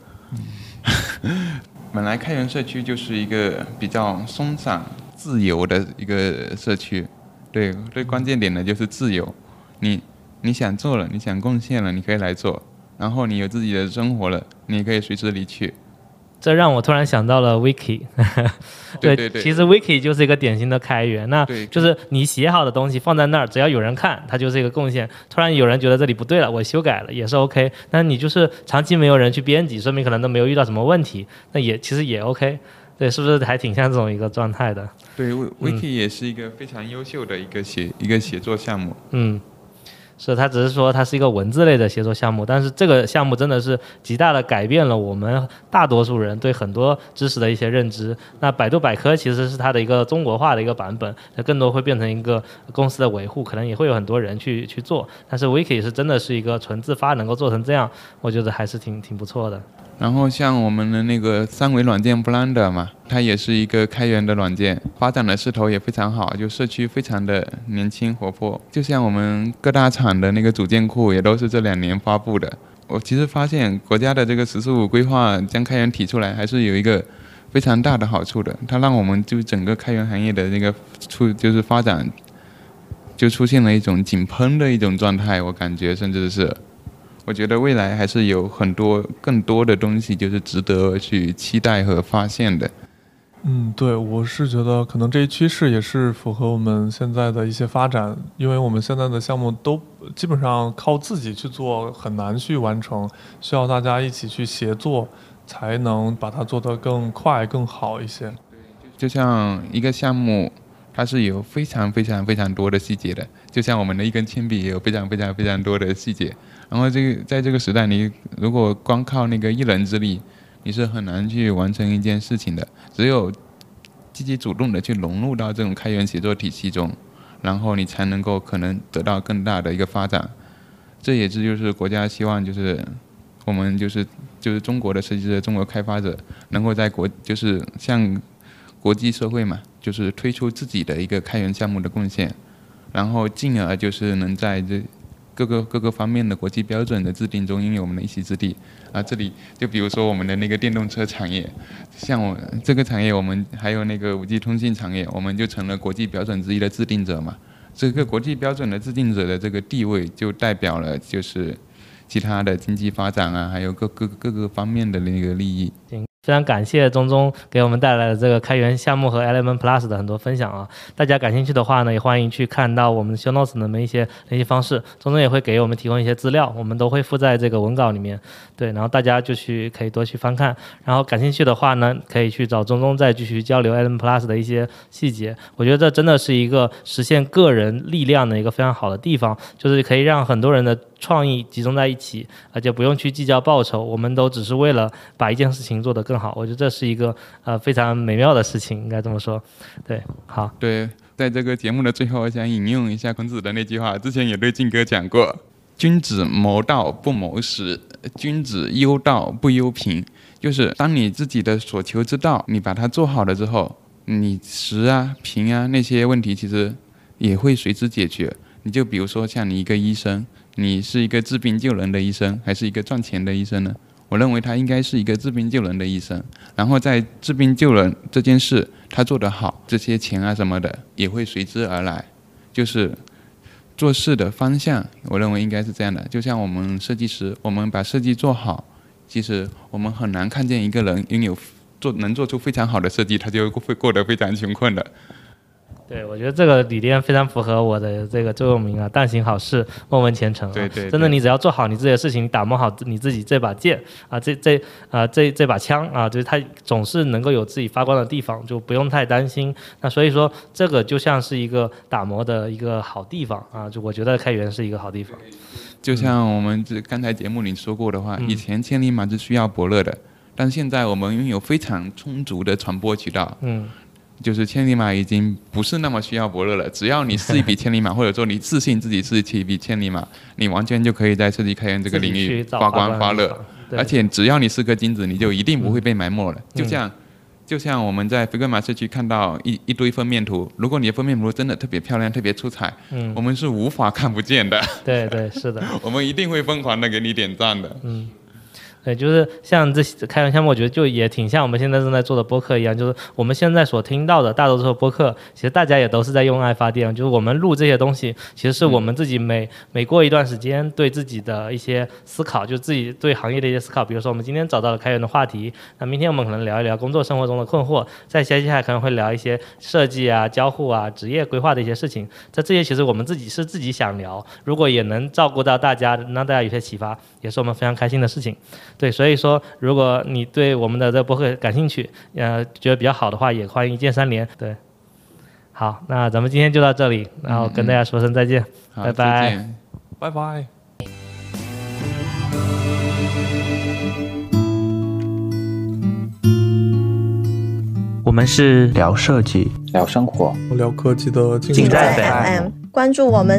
本来开源社区就是一个比较松散、自由的一个社区，对，最关键点的就是自由。你想做了，你想贡献了，你可以来做。然后你有自己的生活了，你也可以随时离去。 这让我突然想到了 Wiki 对， 其实 Wiki 就是一个典型的开源，那就是你写好的东西放在那儿，只要有人看，它就是一个贡献。突然有人觉得这里不对了，我修改了也是 OK。但你就是长期没有人去编辑，说明可能都没有遇到什么问题，那其实也 OK。对，是不是还挺像这种一个状态的？ 对，Wiki 也是一个非常优秀的一个写作项目。 是，它只是说它是一个文字类的协作项目，但是这个项目真的是极大的改变了我们大多数人对很多知识的一些认知。那百度百科其实是它的一个中国化的一个版本，那更多会变成一个公司的维护，可能也会有很多人去做。但是 Wiki 是真的是一个纯自发，能够做成这样，我觉得还是挺不错的。 然后像我们的那个三维软件 Blender 嘛，它也是一个开源的软件，发展的势头也非常好，就社区非常的年轻活泼。就像我们各大厂的那个组件库也都是这2年发布的。我其实发现国家的这个“十四五”规划将开源提出来，还是有一个非常大的好处的。它让我们就整个开源行业的那个就是发展，就出现了一种井喷的一种状态，我感觉甚至是。我觉得未来还是有更多的东西就是值得去期待和发现的。 对，我是觉得可能这一趋势也是符合我们现在的一些发展，因为我们现在的项目都基本上靠自己去做很难去完成，需要大家一起去协作，才能把它做得更快更好一些。 就像一个项目，它是有非常非常非常多的细节的，就像我们的一根铅笔也有非常非常非常多的细节。然后在这个时代，你如果光靠那个一人之力，你是很难去完成一件事情的。只有积极主动的去融入到这种开源协作体系中，然后你才能够可能得到更大的一个发展。这也就是国家希望，就是我们就是中国的设计师、中国开发者能够在就是向国际社会嘛，就是推出自己的一个开源项目的贡献，然后进而就是能在这各个方面的国际标准的制定中拥有我们的一席之地。这里就比如说我们的那个电动车产业，像我这个产业，我们还有那个5G 通信产业，我们就成了国际标准之一的制定者嘛。这个国际标准的制定者的这个地位，就代表了就是其他的经济发展啊，还有各个方面的那个利益。 非常感谢钟钟给我们带来的这个开源项目和 Element Plus 的很多分享啊！大家感兴趣的话呢，也欢迎去看到我们 Show Notes 的一些联系方式，钟钟也会给我们提供一些资料，我们都会附在这个文稿里面。对，然后大家就可以多去翻看，然后感兴趣的话呢，可以去找钟钟再继续交流 Element Plus 的一些细节。我觉得这真的是一个实现个人力量的一个非常好的地方，就是可以让很多人的创意集中在一起，而且不用去计较报酬，我们都只是为了把一件事情做得更好。我觉得这是一个非常美妙的事情，应该这么说。对，好。 对，在这个节目的最后，我想引用一下孔子的那句话，之前也对靖哥讲过：君子谋道不谋食，君子忧道不忧贫。就是当你自己的所求之道，你把它做好了之后，你食啊、贫啊那些问题其实也会随之解决。你就比如说像你一个医生，你是一个治病救人的医生，还是一个赚钱的医生呢？我认为他应该是一个治病救人的医生，然后在治病救人这件事他做得好，这些钱啊什么的也会随之而来。就是做事的方向，我认为应该是这样的。就像我们设计师，我们把设计做好，其实我们很难看见一个人能做出非常好的设计，他就会过得非常穷困的。 对，我觉得这个理念非常符合我的这个座右铭啊，但行好事，莫问前程啊。 对对对， 真的，你只要做好你自己的事情，你打磨好你自己这把剑啊，这把枪啊，就是它总是能够有自己发光的地方，就不用太担心。那所以说，这个就像是一个打磨的一个好地方啊，就我觉得开源是一个好地方。 就像我们刚才节目里说过的话，以前千里马是需要伯乐的，但现在我们拥有非常充足的传播渠道。就是千里马已经不是那么需要伯乐了，只要你是一匹千里马，或者说你自信自己是一匹千里马，你完全就可以在设计开源这个领域发光发热。而且只要你是颗金子，你就一定不会被埋没了。就像我们在飞哥马社区看到一堆封面图，如果你的封面图真的特别漂亮、特别出彩，我们是无法看不见的。 对对，是的， 我们一定会疯狂的给你点赞的。 对，就是像这些开源项目，我觉得就也挺像我们现在正在做的播客一样，就是我们现在所听到的大多数的播客，其实大家也都是在用爱发电，就是我们录这些东西，其实是我们自己每过一段时间对自己的一些思考，就自己对行业的一些思考。比如说我们今天找到了开源的话题，那明天我们可能聊一聊工作生活中的困惑，再接下来可能会聊一些设计啊、交互啊、职业规划的一些事情。这些其实我们自己想聊，如果也能照顾到大家，让大家有些启发，也是我们非常开心的事情。对，所以说如果你对我们的这个播客感兴趣，觉得比较好的话，也欢迎一键三连。对，好，那咱们今天就到这里，然后跟大家说声再见，拜拜。 拜拜。 我们是聊设计，聊生活， 聊科技的尽在 FM，关注我们。